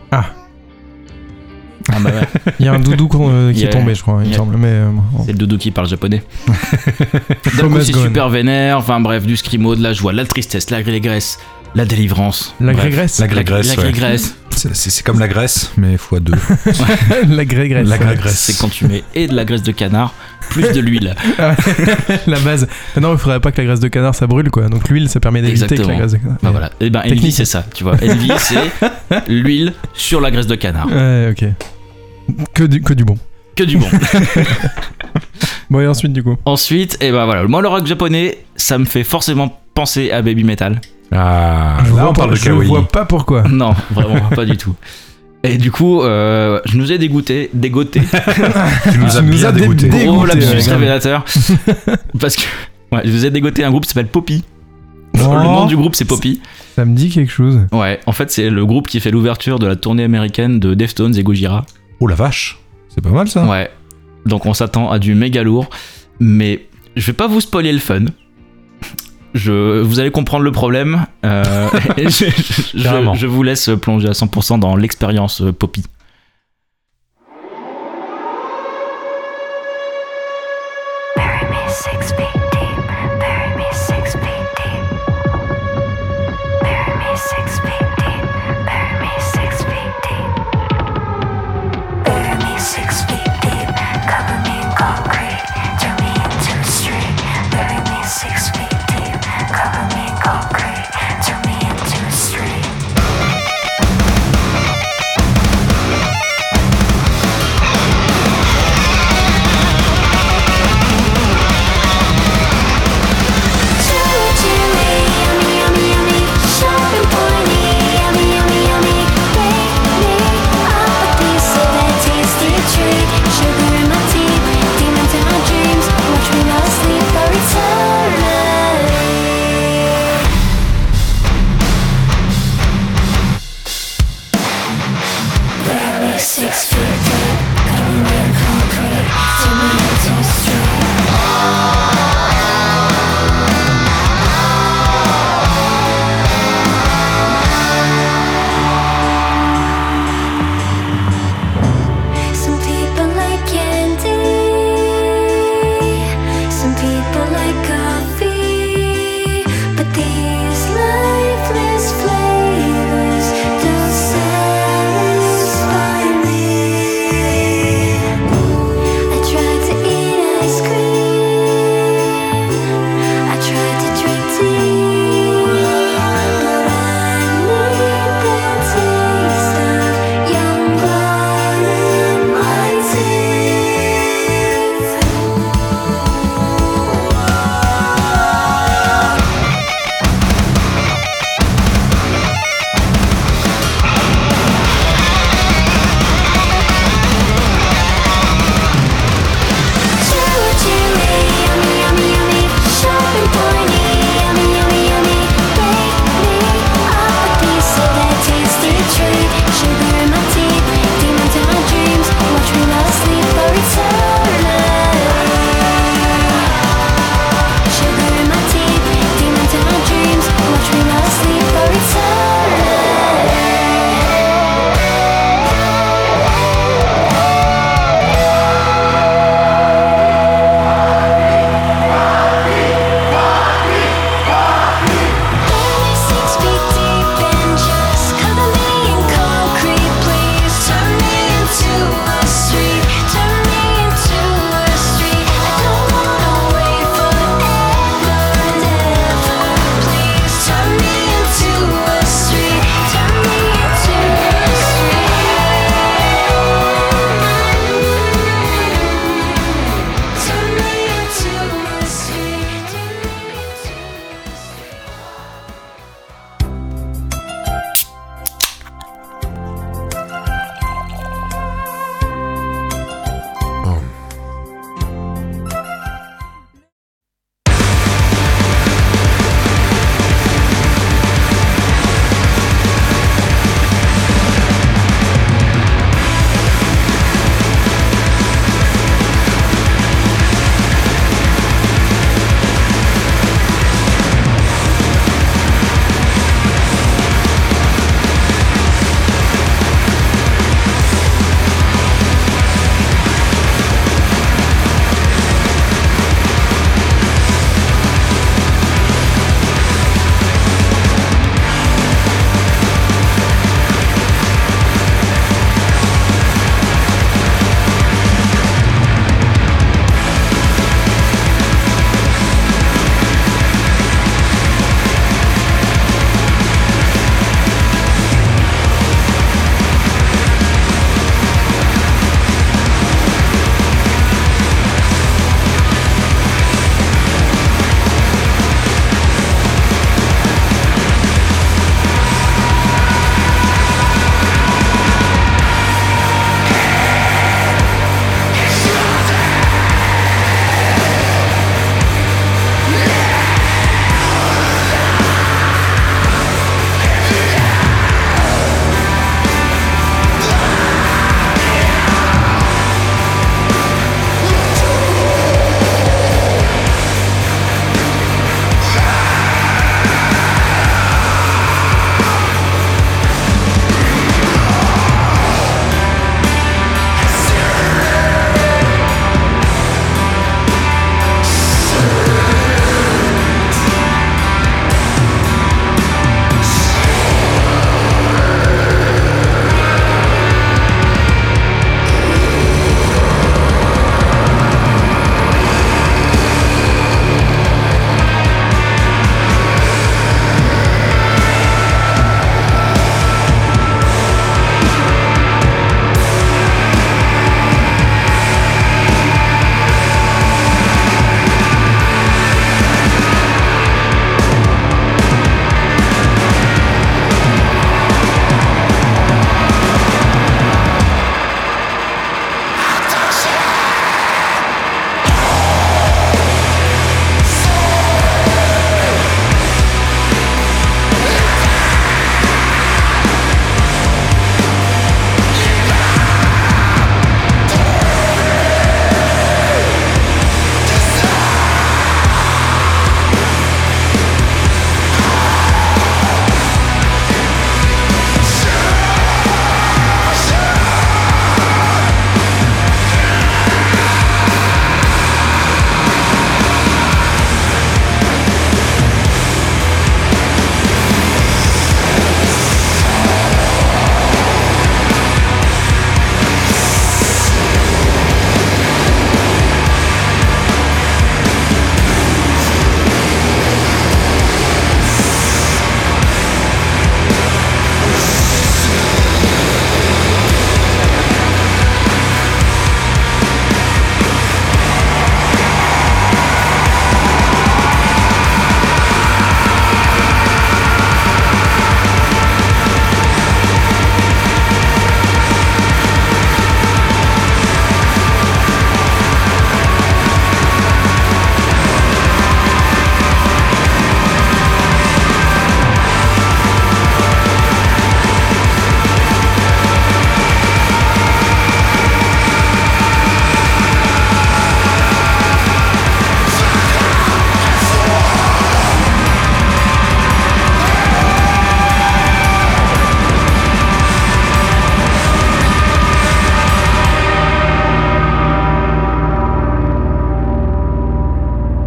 Speaker 4: Il y a un doudou qui est tombé, je crois, il me semble. Mais,
Speaker 3: c'est le doudou qui parle japonais. D'un coup, c'est super vénère. Enfin bref, du screamo, de la joie, de la tristesse, la régresse, la délivrance.
Speaker 4: La régresse.
Speaker 5: La régresse. C'est comme la graisse, mais x2.
Speaker 4: La régresse.
Speaker 5: La régresse.
Speaker 3: C'est quand tu mets et de la graisse de canard, plus de l'huile.
Speaker 4: La base. Non, il faudrait pas que la graisse de canard ça brûle, quoi. Donc l'huile, ça permet d'éviter que la graisse de canard.
Speaker 3: Bah voilà. Et Envy, c'est ça, tu vois. Envy, c'est l'huile sur la graisse de canard.
Speaker 4: Ouais, ok. Que du bon.
Speaker 3: Que du bon.
Speaker 4: Bon, et ensuite, du coup.
Speaker 3: Ensuite, moi, le rock japonais, ça me fait forcément penser à Baby Metal.
Speaker 5: Là, on parle de kawaii.
Speaker 4: Je vois pas pourquoi.
Speaker 3: Non, vraiment, pas du tout. Et du coup, je nous ai dégoûté.
Speaker 5: Tu nous as bien dégoûté.
Speaker 3: Gros lapsus révélateur. Parce que je vous ai dégoûté un groupe qui s'appelle Poppy. Le nom du groupe, c'est Poppy.
Speaker 4: Ça me dit quelque chose.
Speaker 3: Ouais, en fait, c'est le groupe qui fait l'ouverture de la tournée américaine de Deftones et Gojira.
Speaker 5: Oh la vache, c'est pas mal ça.
Speaker 3: Ouais, donc on s'attend à du méga lourd. Mais je vais pas vous spoiler le fun. Vous allez comprendre le problème. Je vous laisse plonger à 100% dans l'expérience Poppy.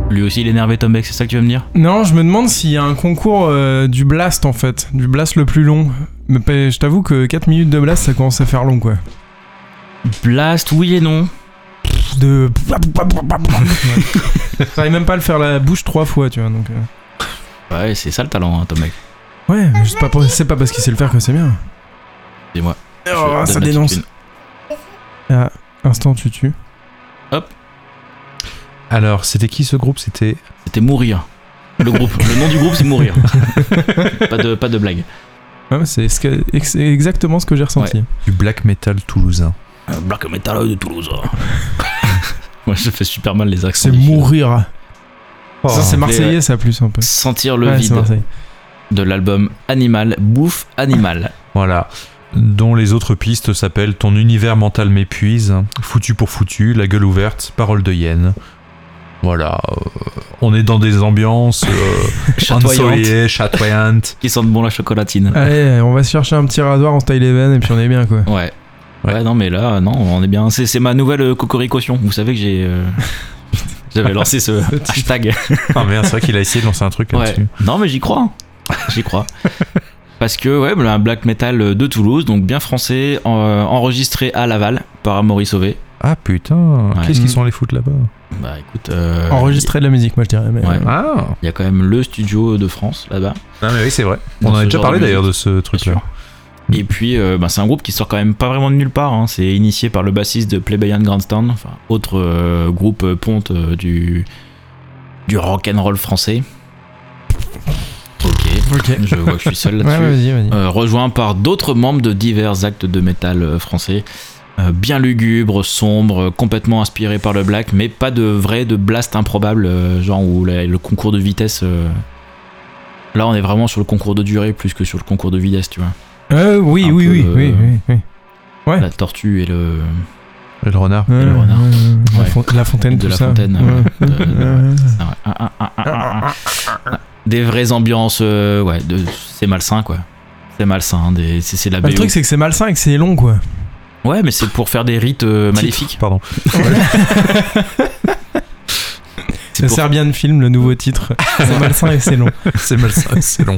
Speaker 3: Lui aussi, il est énervé, Tom Beck, c'est ça que tu veux me dire?
Speaker 4: Non, je me demande s'il y a un concours du blast en fait, du blast le plus long. Mais je t'avoue que 4 minutes de blast, ça commence à faire long quoi.
Speaker 3: Blast, oui et non.
Speaker 4: De. J'arrive même pas à le faire la bouche 3 fois, tu vois. Donc,
Speaker 3: Ouais, c'est ça le talent, hein, Tom Beck.
Speaker 4: Ouais, mais c'est pas parce qu'il sait le faire que c'est bien.
Speaker 3: Dis-moi.
Speaker 4: Oh, ça dénonce. Ah, instant tutu.
Speaker 3: Hop.
Speaker 5: Alors, c'était qui ce groupe? C'était
Speaker 3: Mourir. Le groupe. Le nom du groupe, c'est Mourir. pas de blague.
Speaker 4: Ouais, c'est exactement ce que j'ai ressenti.
Speaker 3: Ouais.
Speaker 5: du black metal toulousain.
Speaker 3: Black metal de Toulouse. Moi, je fais super mal les accents.
Speaker 4: C'est Mourir.
Speaker 5: Oh.
Speaker 4: Ça, c'est marseillais, ça, plus un peu.
Speaker 3: Sentir le
Speaker 4: Ouais, c'est
Speaker 3: vide
Speaker 4: Marseille.
Speaker 3: de l'album Animal, Bouffe Animal.
Speaker 5: Voilà. Dont les autres pistes s'appellent Ton univers mental m'épuise, Foutu pour foutu, La gueule ouverte, Parole de hyène. Voilà. On est dans des ambiances ensoleillées, chatoyantes.
Speaker 3: Qui sentent bon la chocolatine.
Speaker 4: Allez, on va se chercher un petit rasoir, on se taille les veines et puis on est bien quoi.
Speaker 3: Ouais. Ouais, non, mais là, non, on est bien. C'est ma nouvelle cocoricotion. Vous savez que j'avais lancé ce hashtag.
Speaker 5: Ah merde, c'est vrai qu'il a essayé de lancer un truc là-dessus.
Speaker 3: Ouais. Non, mais j'y crois. J'y crois. Parce que, ouais, un black metal de Toulouse, donc bien français, enregistré à Laval par Amaury Sauvé.
Speaker 5: Ah putain,
Speaker 3: Ouais.
Speaker 5: qu'est-ce qu'ils sont allés foutre là-bas?
Speaker 3: Bah écoute.
Speaker 4: Enregistrer de la musique, moi je dirais. Mais,
Speaker 3: Ouais.
Speaker 5: Ah.
Speaker 3: Il y a quand même le studio de France là-bas.
Speaker 5: Ah mais oui, c'est vrai.
Speaker 3: Dans
Speaker 5: On en
Speaker 3: ce
Speaker 5: a déjà
Speaker 3: genre
Speaker 5: parlé
Speaker 3: de
Speaker 5: d'ailleurs de
Speaker 3: musique,
Speaker 5: ce truc-là.
Speaker 3: sûr. Et puis, c'est un groupe qui sort quand même pas vraiment de nulle part. Hein. C'est initié par le bassiste de Plebeian Grandstand, enfin, autre groupe ponte du rock'n'roll français. Ok. Je vois que je suis seul là-dessus.
Speaker 4: Ouais, vas-y.
Speaker 3: Rejoint par d'autres membres de divers actes de métal français. Bien lugubre, sombre, complètement inspiré par le black, mais pas de blast improbable, genre où le concours de vitesse. Là, on est vraiment sur le concours de durée plus que sur le concours de vitesse, tu vois.
Speaker 4: Oui. Ouais.
Speaker 3: La tortue et le
Speaker 5: renard.
Speaker 3: Et le renard.
Speaker 4: La fontaine,
Speaker 3: de
Speaker 4: tout
Speaker 3: la
Speaker 4: ça.
Speaker 3: fontaine. Des vraies ambiances, c'est malsain quoi. C'est malsain, c'est la BO.
Speaker 4: Le truc c'est que c'est malsain et que c'est long quoi.
Speaker 3: Ouais, mais c'est pour faire des rites maléfiques.
Speaker 5: Pardon.
Speaker 4: C'est Serbian Film, le nouveau titre. C'est malsain et c'est long.
Speaker 5: C'est malsain et c'est long.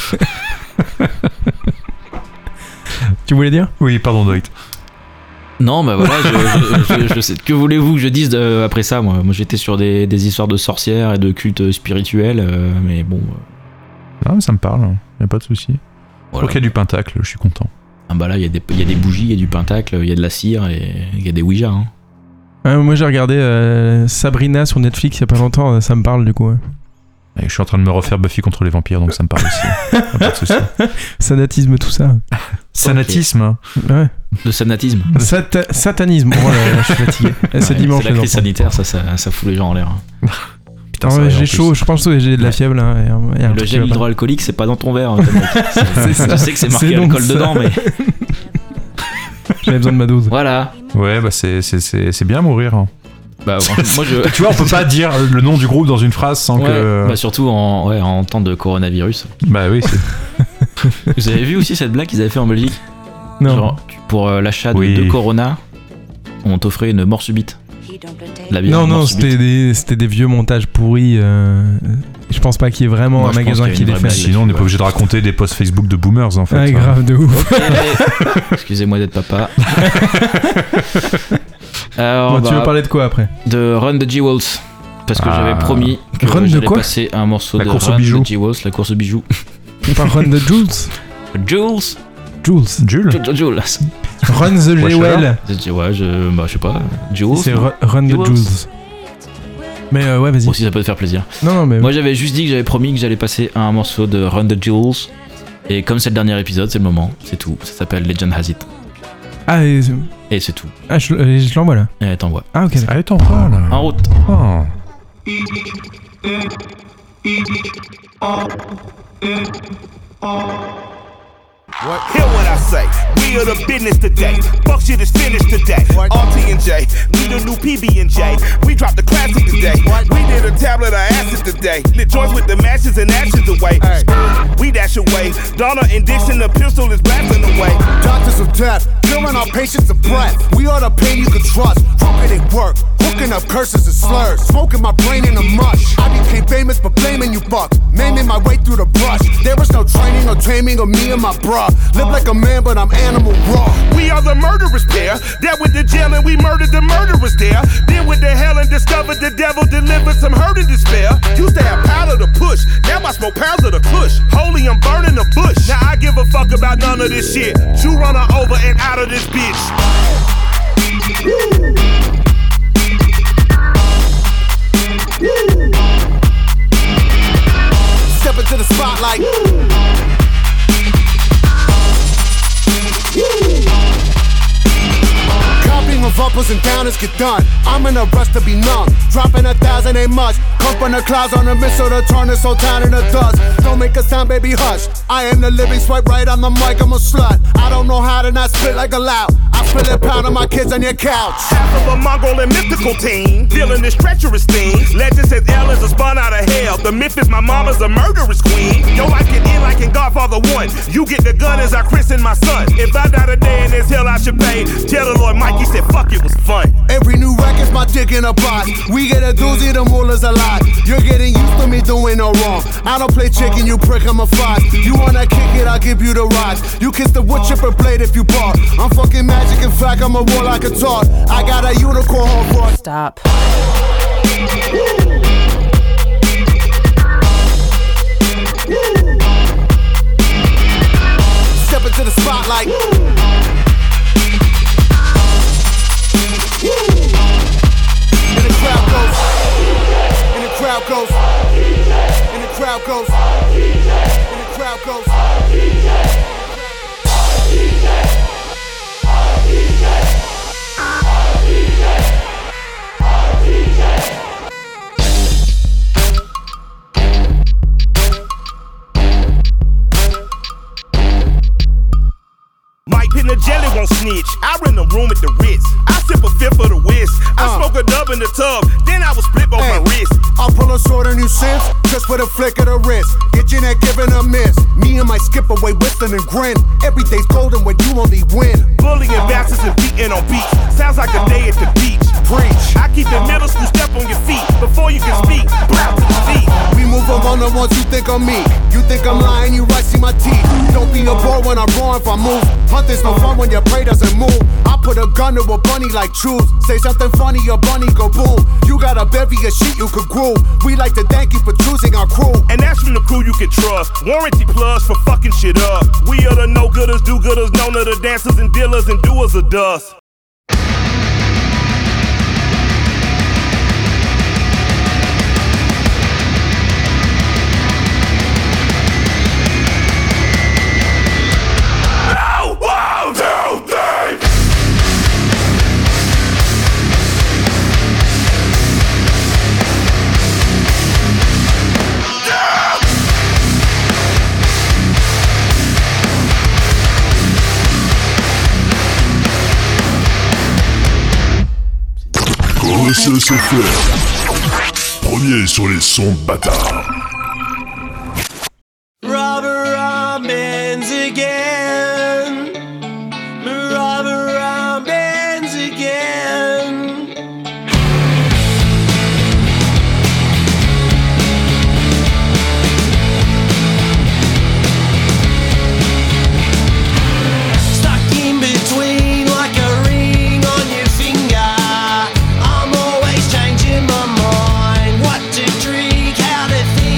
Speaker 4: Tu voulais dire?
Speaker 5: Oui, pardon, Doit.
Speaker 3: Non, bah voilà, je sais. Que voulez-vous que je dise après ça, moi j'étais sur des histoires de sorcières et de cultes spirituels, mais bon.
Speaker 5: Non, mais ça me parle, y a pas de souci.
Speaker 3: Voilà.
Speaker 5: Je crois qu'il y a du pentacle, je suis content.
Speaker 3: Ah bah là, il y a des bougies, il y a du pentacle, il y a de la cire et il y a des Ouija. Hein.
Speaker 4: Ouais, moi j'ai regardé Sabrina sur Netflix il y a pas longtemps, ça me parle du coup. Ouais.
Speaker 5: Et je suis en train de me refaire Buffy contre les vampires, donc ça me parle aussi. Pas de souci.
Speaker 4: Sanatisme, tout ça.
Speaker 5: Sanatisme.
Speaker 4: Ouais.
Speaker 3: Le sanatisme.
Speaker 4: Satanisme. Oh là là, je suis fatigué. C'est dimanche.
Speaker 3: C'est la
Speaker 4: les
Speaker 3: crise
Speaker 4: enfants.
Speaker 3: sanitaire, ça fout les gens en l'air. Hein.
Speaker 5: Putain,
Speaker 4: Ah
Speaker 5: ça
Speaker 4: ouais,
Speaker 5: va, en
Speaker 4: j'ai
Speaker 5: plus.
Speaker 4: chaud, je pense que j'ai de la fièvre là. Et un
Speaker 3: Le
Speaker 4: truc
Speaker 3: gel
Speaker 4: qui va pas.
Speaker 3: hydroalcoolique, c'est pas dans ton verre. Hein,
Speaker 4: C'est ça.
Speaker 3: je sais que c'est marqué
Speaker 4: C'est donc
Speaker 3: alcool
Speaker 4: ça.
Speaker 3: dedans, mais
Speaker 4: J'avais besoin de ma dose.
Speaker 3: voilà.
Speaker 5: Ouais, bah c'est bien mourir. Hein.
Speaker 3: Bah, moi je.
Speaker 5: Tu vois, on peut pas dire le nom du groupe dans une phrase sans
Speaker 3: Ouais,
Speaker 5: que.
Speaker 3: bah surtout en temps de coronavirus.
Speaker 5: Bah oui, c'est.
Speaker 3: Vous avez vu aussi cette blague qu'ils avaient fait en Belgique?
Speaker 4: Non.
Speaker 3: Genre, pour l'achat de
Speaker 5: Oui.
Speaker 3: 2 Corona, on t'offrait une mort subite. La bière
Speaker 4: Non,
Speaker 3: mort
Speaker 4: non,
Speaker 3: subite.
Speaker 4: c'était des vieux montages pourris. Je pense pas qu'il y ait vraiment
Speaker 3: Moi,
Speaker 4: un
Speaker 3: je pense
Speaker 4: magasin
Speaker 3: qu'il y a
Speaker 4: qui
Speaker 3: une
Speaker 4: les
Speaker 3: vraie
Speaker 4: fait.
Speaker 3: blague.
Speaker 5: Sinon, on n'est pas obligé de raconter des posts Facebook de boomers en fait.
Speaker 4: Ouais, grave de ouf.
Speaker 3: Ok. Excusez-moi d'être papa. Alors,
Speaker 4: Bon, tu
Speaker 3: bah,
Speaker 4: veux parler de quoi après?
Speaker 3: de Run the Jewels. Parce que
Speaker 5: Ah.
Speaker 3: j'avais promis que
Speaker 4: Run de
Speaker 3: j'allais
Speaker 4: quoi
Speaker 3: passer un morceau
Speaker 5: La
Speaker 3: de
Speaker 5: course aux
Speaker 3: Run
Speaker 5: bijoux.
Speaker 3: the Jewels, la course aux bijoux.
Speaker 4: Par Run the Jules.
Speaker 3: Jules.
Speaker 4: Jules.
Speaker 5: Jules.
Speaker 4: Run the
Speaker 5: Ouais,
Speaker 4: Jewel.
Speaker 3: Ouais, je sais pas. Jules.
Speaker 4: C'est
Speaker 3: non
Speaker 4: Run the
Speaker 3: Jules.
Speaker 4: Jules. Mais ouais, vas-y.
Speaker 3: Bon, si ça peut te faire plaisir.
Speaker 4: Non, mais.
Speaker 3: Moi, j'avais juste dit que j'avais promis que j'allais passer un morceau de Run the Jewels. Et comme c'est le dernier épisode, c'est le moment. C'est tout. Ça s'appelle Legend Has It.
Speaker 4: Ah,
Speaker 3: Et c'est tout.
Speaker 4: je l'envoie là.
Speaker 3: Et t'envoies.
Speaker 4: Ah, ok.
Speaker 5: Allez, t'en parles là.
Speaker 3: En route.
Speaker 5: Oh.
Speaker 10: Hear what I say. We are the business today. Fuck shit is finished today. RT&J, we the new PB&J. We dropped the classic today. We did a tablet of acid today. Lit joints with the matches and ashes away. We dash away. Donna and Dixon, the pistol is blasting away.
Speaker 11: Doctors of death, killing our patients of breath. We are the pain you can trust. How can it work? Who can up curses and slurs, smoking my brain in a mush. I became famous but blaming you fucks, maiming my way through the brush. There was no training or taming of me and my bruh. Live like a man but I'm animal raw.
Speaker 10: We are the murderers pair, that went to jail and we murdered the murderers there. Then went to hell and discovered the devil delivered some hurt and despair. Used to have powder to push, now I smoke pounds of the kush. Holy, I'm burning the bush. Now I give a fuck about none of this shit. You run her over and out of this bitch.
Speaker 11: Step into the spotlight. Copying of uppers and downers get done. I'm in a rush to be numb. Dropping 1,000 ain't much. Come from the clouds on a missile to turn this whole town into dust. Don't make a sound, baby, hush. I am the living swipe right on the mic, I'm a slut. I don't know how to not spit like a loud. I spill it pound on my kids on your couch.
Speaker 10: Half of a Mongol and mythical team, feeling this treacherous thing. Legend says Ellen's a spun out of hell. The myth is my mama's a murderous queen. Yo, I can end like in Godfather 1. You get the gun as I christen my son. If I die today in this hell, I should pay. Tell the Lord Mikey said, fuck, it was fun.
Speaker 11: Every new record's my dick in a box. We get a doozy, the mullah's a lot. You're getting used to me doing no wrong. I don't play chicken, you prick, I'm a fox. You wanna kick it, I'll give you the rocks. You kiss the wood chipper blade if you bark. I'm fucking magic, in fact, I'm a warlock and talk. I got a unicorn horn for us.
Speaker 12: Stop.
Speaker 11: Step into the spotlight. And the crowd goes. And the crowd goes. And the crowd goes. And the crowd goes.
Speaker 10: Mike Pin the jelly won't snitch. I rent a room at the Ritz. I sip a fifth of the whiz. I smoke a dub in the tub. Then I was flip on my wrist.
Speaker 11: I'll pull a sword on you since, just with a flick of the wrist. Get your neck given a miss. Me and my skip away whistling and grin. Every day's golden when you only win.
Speaker 10: Bullying bastards and beating on beats. Sounds like a day at the beach.
Speaker 11: Preach.
Speaker 10: I keep the middle school step on your feet. Before you can speak, blow to the feet.
Speaker 11: We move among the ones you think of me. You think I'm lying, you right, see my teeth. Don't be a boy when I'm wrong if I move. Hunting's no fun when your prey doesn't move. I put a gun to a bunny like truth. Say something funny, your bunny go boom. You got a bevy of shit you could groove. We like to thank you for choosing our crew.
Speaker 10: And that's from the crew you can trust. Warranty plus for fucking shit up. We are the no-gooders, do-gooders, known to the dancers and dealers and doers of dust.
Speaker 2: Premier sur les sons bâtards.
Speaker 13: Robber Robins again. Robber Robins again. Stuck in between like a ring on your finger. I'm always changing my mind. What to drink, how to think.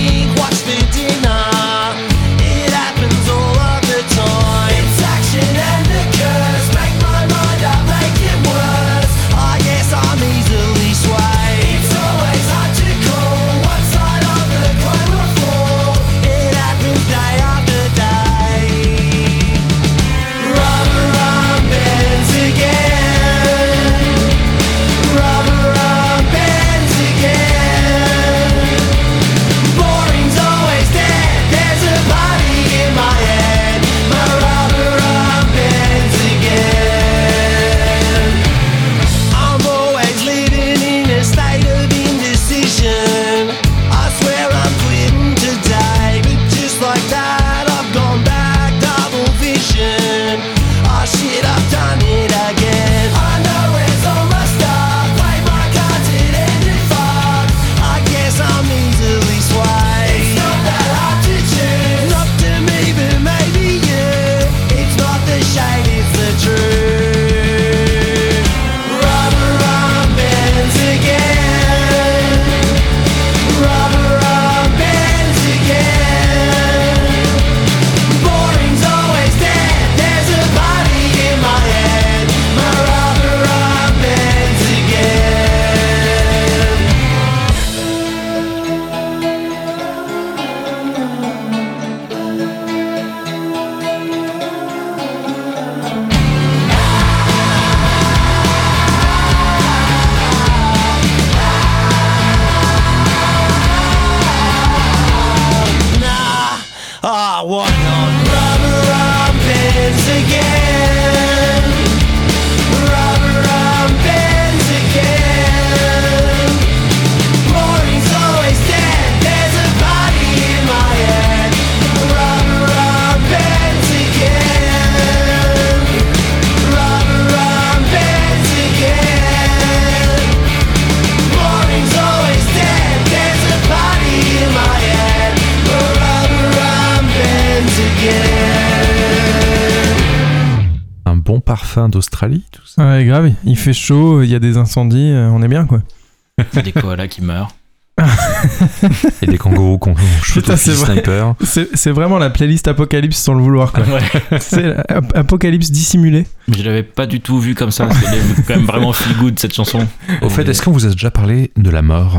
Speaker 1: one on
Speaker 13: Rubber arm bands again. Rubber arm bands again. Morning's always dead. There's a body in my head. Rubber arm bands again. Rubber arm bands again. Morning's always dead. There's a body in my head. Rubber arm bands again.
Speaker 5: Un bon parfum d'Australie, tout ça.
Speaker 4: Ouais, grave, il fait chaud, il y a des incendies, on est bien quoi.
Speaker 3: Des koalas qui meurent.
Speaker 5: Et des kangourous qu'on shoot
Speaker 4: Putain,
Speaker 5: au
Speaker 4: c'est
Speaker 5: fusil
Speaker 4: vrai.
Speaker 5: sniper.
Speaker 4: C'est vraiment la playlist Apocalypse sans le vouloir quoi.
Speaker 3: Ouais.
Speaker 4: C'est Apocalypse dissimulé.
Speaker 3: Mais je l'avais pas du tout vu comme ça. Parce qu'elle est quand même vraiment feel good cette chanson.
Speaker 5: Au fait, est-ce qu'on vous a déjà parlé de la mort?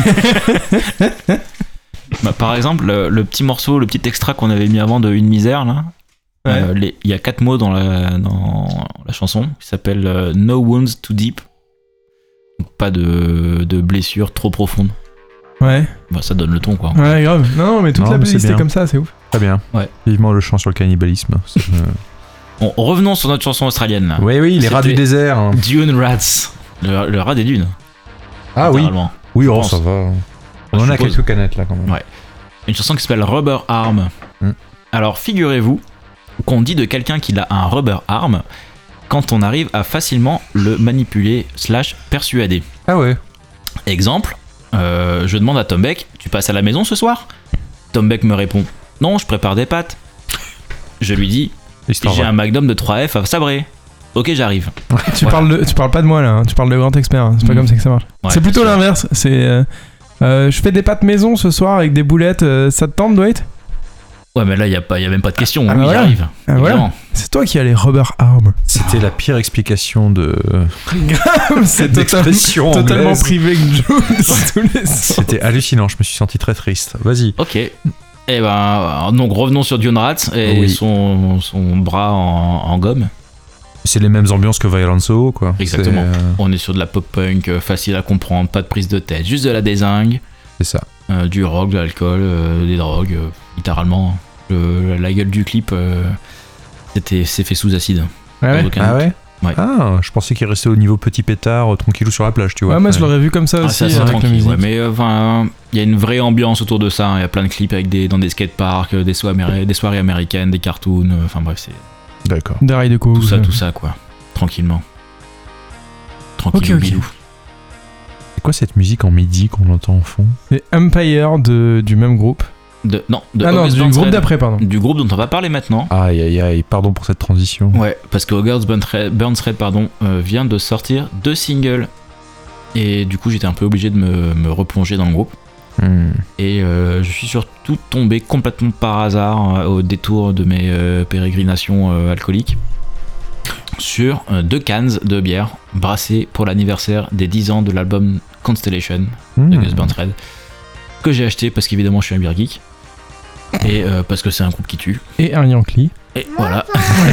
Speaker 3: Bah, par exemple, le petit morceau, le petit extra qu'on avait mis avant de Une misère, là.
Speaker 4: Ouais.
Speaker 3: Il y a 4 mots dans la chanson qui s'appelle No Wounds Too Deep. Donc, pas de blessure trop profonde.
Speaker 4: Ouais.
Speaker 3: Bah, ça donne le ton quoi.
Speaker 4: Ouais, grave. Non, mais toute
Speaker 5: Non,
Speaker 4: la
Speaker 5: mais
Speaker 4: playlist
Speaker 5: c'est
Speaker 4: est
Speaker 5: bien.
Speaker 4: comme ça, c'est ouf.
Speaker 5: Très bien.
Speaker 3: Ouais.
Speaker 5: Vivement le chant sur le cannibalisme.
Speaker 3: Bon, revenons sur notre chanson australienne. Là.
Speaker 5: Oui, les rats du
Speaker 3: C'était
Speaker 5: désert. Hein.
Speaker 3: Dune Rats. Le rat des dunes.
Speaker 5: Ah oui.
Speaker 3: littéralement.
Speaker 5: Oui,
Speaker 3: Je
Speaker 5: oh,
Speaker 3: pense.
Speaker 5: ça va. On
Speaker 3: Je
Speaker 5: en a
Speaker 3: suppose.
Speaker 5: quelques canettes là quand même.
Speaker 3: Ouais. Une chanson qui s'appelle Rubber Arm. Alors, figurez-vous qu'on dit de quelqu'un qu'il a un rubber arm quand on arrive à facilement le manipuler / persuader.
Speaker 5: Ah ouais.
Speaker 3: Exemple, je demande à Tom Beck, tu passes à la maison ce soir? Tom Beck me répond, non, je prépare des pâtes. Je lui dis, j'ai un Magnum de 3F à sabrer. Ok, j'arrive.
Speaker 4: Tu parles pas de moi là, hein. Tu parles de grand expert, hein. C'est pas comme ça que ça marche.
Speaker 3: Ouais,
Speaker 4: c'est plutôt
Speaker 3: bien sûr.
Speaker 4: l'inverse, c'est je fais des pâtes maison ce soir avec des boulettes, ça te tente Dwight?
Speaker 3: Ouais, mais là, il y a même pas de question.
Speaker 4: Ah,
Speaker 3: Oui,
Speaker 4: voilà.
Speaker 3: j'arrive.
Speaker 4: Ah, voilà.
Speaker 3: Évidemment.
Speaker 4: C'est toi qui as les rubber arms.
Speaker 5: C'était la pire explication de.
Speaker 4: Grave, c'est
Speaker 5: d'expression
Speaker 4: totalement
Speaker 5: anglaise.
Speaker 4: privé que Jones tous les soirs.
Speaker 5: C'était hallucinant, je me suis senti très triste. Vas-y.
Speaker 3: Ok. Et ben, donc revenons sur Dune Rats et
Speaker 5: Oui.
Speaker 3: son bras en gomme.
Speaker 5: C'est les mêmes ambiances que Violent Soul, quoi.
Speaker 3: Exactement.
Speaker 5: C'est,
Speaker 3: On est sur de la pop punk, facile à comprendre, pas de prise de tête, juste de la dézingue,
Speaker 5: c'est ça.
Speaker 3: du rock, de l'alcool, des drogues, littéralement. La gueule du clip, c'est fait sous acide.
Speaker 4: Ah ouais.
Speaker 3: Sans aucun
Speaker 5: Ah
Speaker 3: doute.
Speaker 5: ouais.
Speaker 3: Ouais.
Speaker 5: Ah, je pensais qu'il restait au niveau petit pétard, tranquillou sur la plage, tu vois.
Speaker 4: Ouais, moi je l'aurais vu comme ça
Speaker 3: Ah,
Speaker 4: aussi
Speaker 3: c'est assez
Speaker 4: avec la
Speaker 3: tranquille,
Speaker 4: musique.
Speaker 3: ouais, mais enfin, il y a une vraie ambiance autour de ça. Il y a plein de clips avec dans des skateparks, des soirées américaines, des cartoons. Enfin bref, c'est
Speaker 5: D'accord.
Speaker 4: Des rails de coke.
Speaker 3: tout ça quoi. Tranquillement. Tranquille.
Speaker 4: Ok.
Speaker 3: Bilou.
Speaker 5: C'est quoi cette musique en midi qu'on entend au fond?
Speaker 4: C'est Empire du même groupe.
Speaker 3: De
Speaker 4: non,
Speaker 3: August
Speaker 4: du
Speaker 3: Burns
Speaker 4: groupe
Speaker 3: Red.
Speaker 4: d'après, pardon.
Speaker 3: Du groupe dont on va parler maintenant.
Speaker 5: Aïe aïe aïe, pardon pour cette transition.
Speaker 3: Ouais, parce que August Burns Red vient de sortir 2 singles. Et du coup, j'étais un peu obligé de me replonger dans le groupe. Et je suis surtout tombé complètement par hasard au détour de mes pérégrinations alcooliques sur 2 cannes de bière brassées pour l'anniversaire des 10 ans de l'album Constellation de Gus Burns Red, que j'ai acheté parce qu'évidemment je suis un beer geek et parce que c'est un groupe qui tue.
Speaker 4: Et un Yankee.
Speaker 3: Et voilà.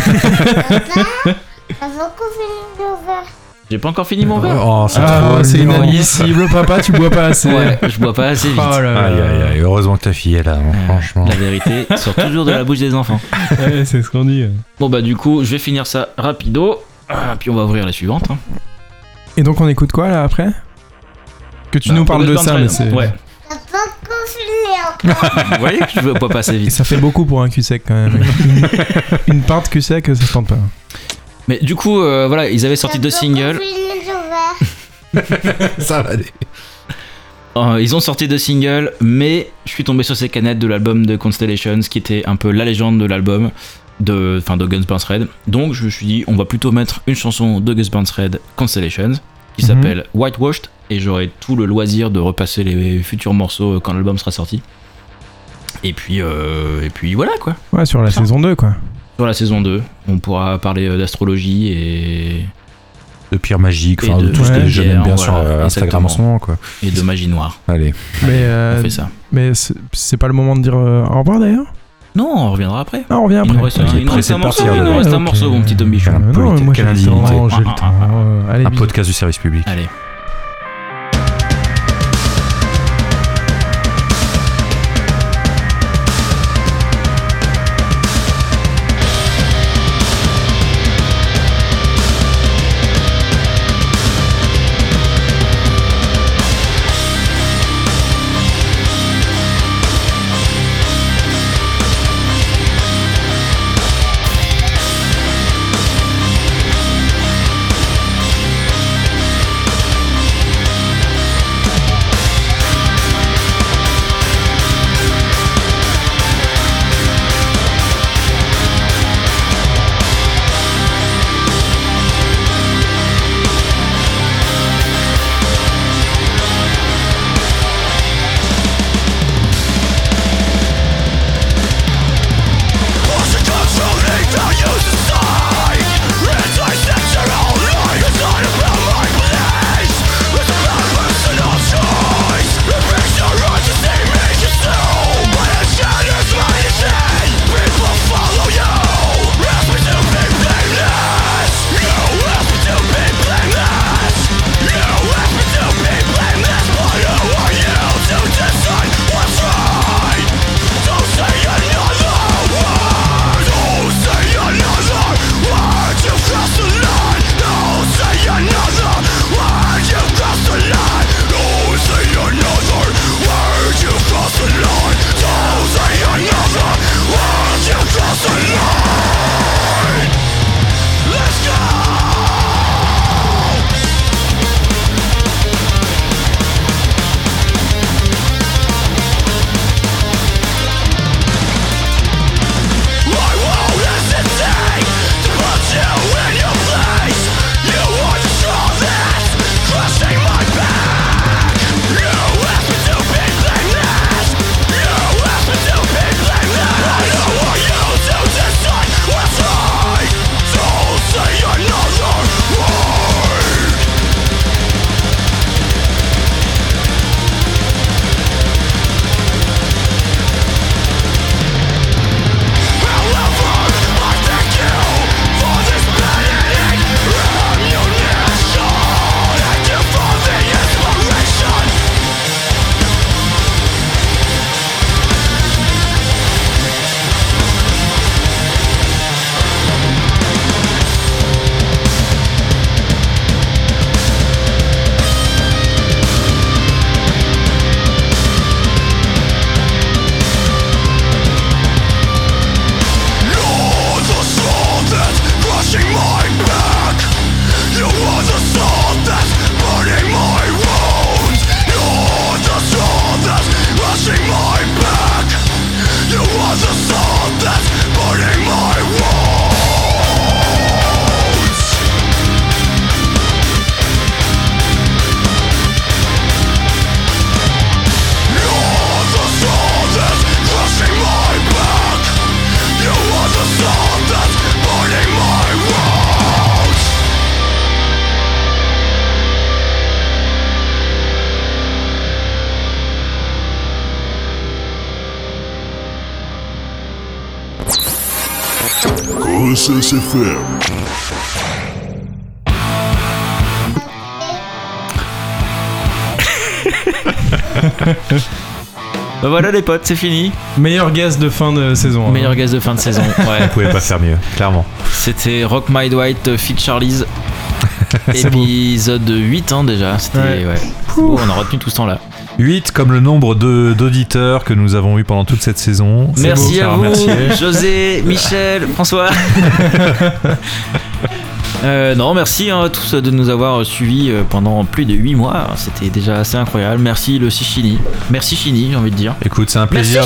Speaker 3: J'ai pas encore fini mon verre.
Speaker 5: Oh, c'est
Speaker 4: Ah,
Speaker 5: trop
Speaker 4: c'est
Speaker 5: mignon.
Speaker 4: inadmissible, papa, tu bois pas assez.
Speaker 3: Ouais, je bois pas assez vite.
Speaker 4: Oh là là.
Speaker 5: Aïe aïe aïe, heureusement que ta fille est là, hein, franchement.
Speaker 3: La vérité sort toujours de la bouche des enfants.
Speaker 4: Ouais, c'est ce qu'on dit.
Speaker 3: Bon bah du coup, je vais finir ça rapido, puis on va ouvrir la suivante. hein.
Speaker 4: Et donc on écoute quoi là après? Que tu
Speaker 3: Bah,
Speaker 4: nous parles de
Speaker 3: August
Speaker 4: ça,
Speaker 3: Burns
Speaker 4: mais
Speaker 3: Red.
Speaker 4: c'est.
Speaker 3: Ouais. Vous voyez que je veux pas passer vite.
Speaker 4: Et ça fait beaucoup pour un cul sec quand même. Une pinte cul sec, ça se tente pas.
Speaker 3: Mais du coup, voilà, ils avaient sorti 2 singles.
Speaker 5: Ça va aller.
Speaker 3: Ils ont sorti 2 singles, mais je suis tombé sur ces canettes de l'album de Constellations, qui était un peu la légende de l'album, de Gus Burns Red. Donc je me suis dit, on va plutôt mettre une chanson de Gus Burns Red, Constellations, qui s'appelle Whitewashed, et j'aurai tout le loisir de repasser les futurs morceaux quand l'album sera sorti. Et puis voilà quoi.
Speaker 4: Ouais, sur la saison 2 quoi.
Speaker 3: Sur la saison 2, on pourra parler d'astrologie et
Speaker 5: De pierre magique,
Speaker 3: Et
Speaker 5: enfin de
Speaker 3: de-
Speaker 5: tout ce que
Speaker 3: ouais,
Speaker 5: les jeunes aiment bien
Speaker 3: voilà,
Speaker 5: sur Instagram en ce moment, quoi.
Speaker 3: et de magie noire.
Speaker 5: Allez.
Speaker 4: Mais,
Speaker 3: On fait ça.
Speaker 4: mais c'est pas le moment de dire au revoir d'ailleurs?
Speaker 3: Non, on reviendra après.
Speaker 4: Ah, on revient
Speaker 3: Il
Speaker 4: après.
Speaker 3: nous reste
Speaker 5: Ok,
Speaker 3: il nous reste
Speaker 5: pressé
Speaker 3: un
Speaker 5: de
Speaker 3: morceau,
Speaker 5: partir,
Speaker 3: il nous
Speaker 5: là.
Speaker 3: reste un
Speaker 4: Ok.
Speaker 3: morceau, mon petit Tom Bichon.
Speaker 5: Un
Speaker 4: Non,
Speaker 5: polite-
Speaker 4: moi
Speaker 5: quelle
Speaker 4: j'ai le temps,
Speaker 5: indignité.
Speaker 4: j'ai le temps. Allez,
Speaker 5: Un
Speaker 4: bisous.
Speaker 5: podcast du service public.
Speaker 3: Allez.
Speaker 2: Colossus FM.
Speaker 3: Bah voilà les potes, c'est fini.
Speaker 4: Meilleur gaz de fin de saison.
Speaker 3: Meilleur gaz de fin de saison. Ouais.
Speaker 5: Vous pouvez pas faire mieux, clairement.
Speaker 3: C'était Rock My Dwight Fit Charlie's.
Speaker 4: C'est
Speaker 3: Épisode 8 hein, déjà. C'était ouais. Beau, on a retenu tout ce temps-là.
Speaker 5: 8 comme le nombre d'auditeurs que nous avons eu pendant toute cette saison.
Speaker 3: Merci à vous, José, Michel, François. Non, merci à tous de nous avoir suivis pendant plus de 8 mois. C'était déjà assez incroyable. Merci le Chini. Merci Chini, j'ai envie de dire.
Speaker 5: Écoute, c'est un plaisir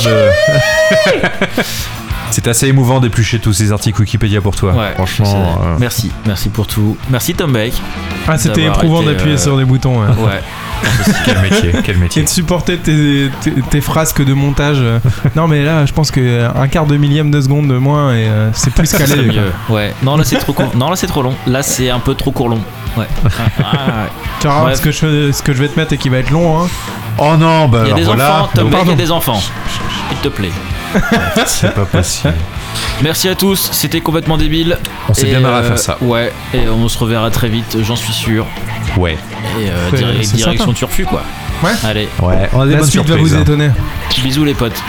Speaker 5: C'est assez émouvant d'éplucher tous ces articles Wikipédia pour toi.
Speaker 3: Ouais,
Speaker 5: franchement.
Speaker 3: Merci pour tout. Merci Tom Beck.
Speaker 4: Ah, c'était éprouvant d'appuyer sur des boutons.
Speaker 3: Ouais.
Speaker 5: Quel métier.
Speaker 4: Et de supporter tes frasques de montage. Non, mais là, je pense qu'un quart de millième de seconde de moins et c'est plus calé.
Speaker 3: C'est mieux. Ouais. Non, là c'est trop court. Non, là c'est trop long. Là c'est un peu trop court long. Ouais.
Speaker 4: Tu vois, ce que je vais te mettre et qui va être long. Hein.
Speaker 5: Oh non, bah
Speaker 3: il y a des
Speaker 5: voilà.
Speaker 3: enfants, Tom Beck, il y a des enfants. S'il te plaît.
Speaker 5: C'est pas possible.
Speaker 3: Merci à tous, c'était complètement débile.
Speaker 5: On s'est bien marré à faire ça.
Speaker 3: Ouais, et on se reverra très vite, j'en suis sûr.
Speaker 5: Ouais.
Speaker 3: Et direction Turfu quoi.
Speaker 4: Ouais.
Speaker 3: Allez.
Speaker 5: Ouais, on a des bonnes
Speaker 4: suite
Speaker 5: surprises.
Speaker 4: va vous étonner.
Speaker 3: Bisous les potes.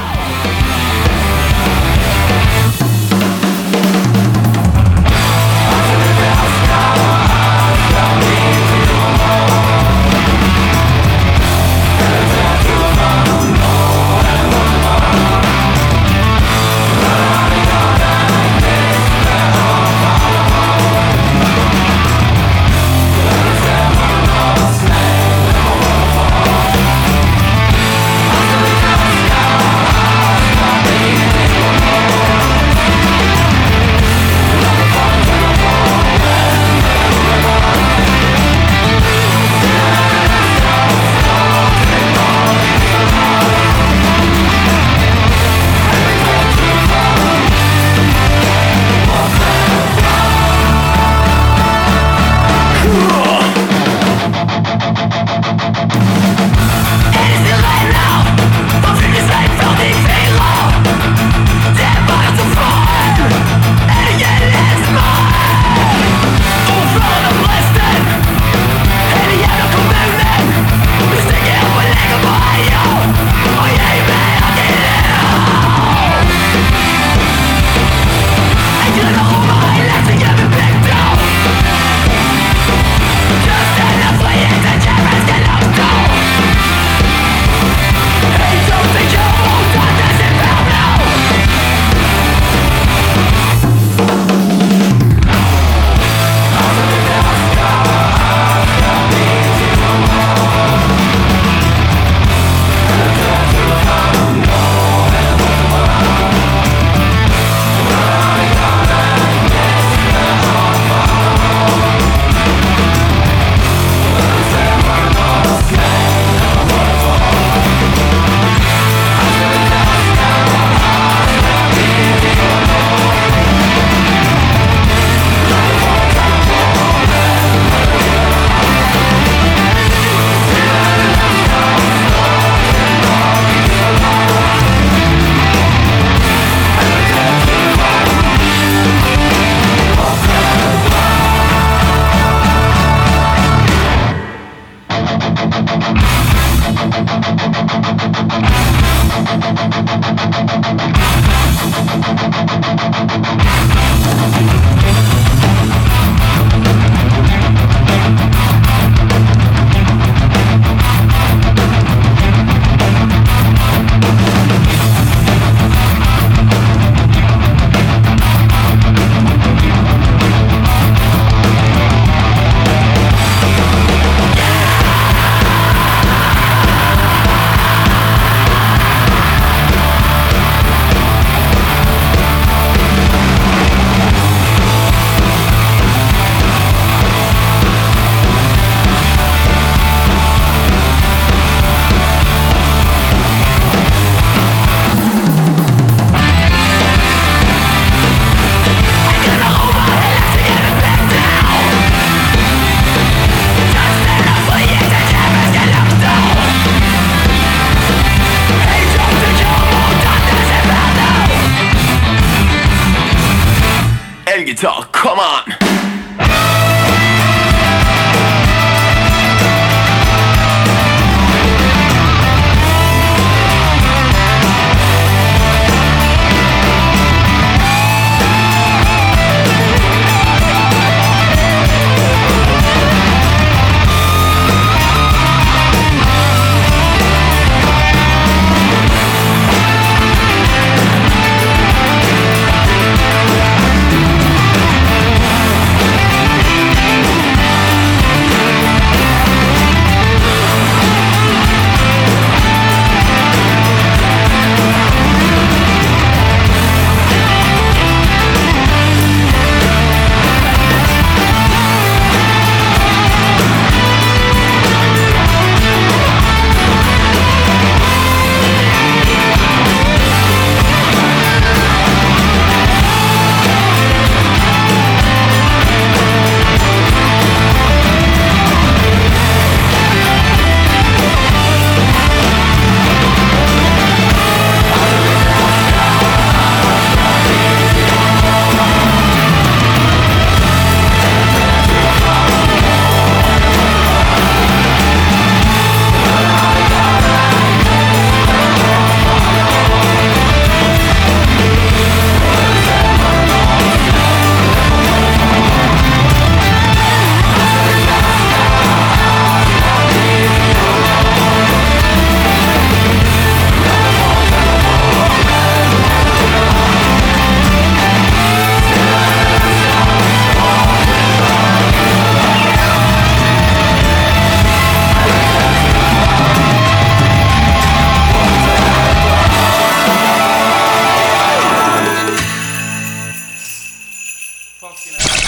Speaker 12: guitar, come on!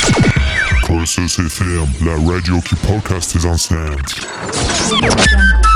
Speaker 2: Colossus FM, la radio qui podcast tes enceintes.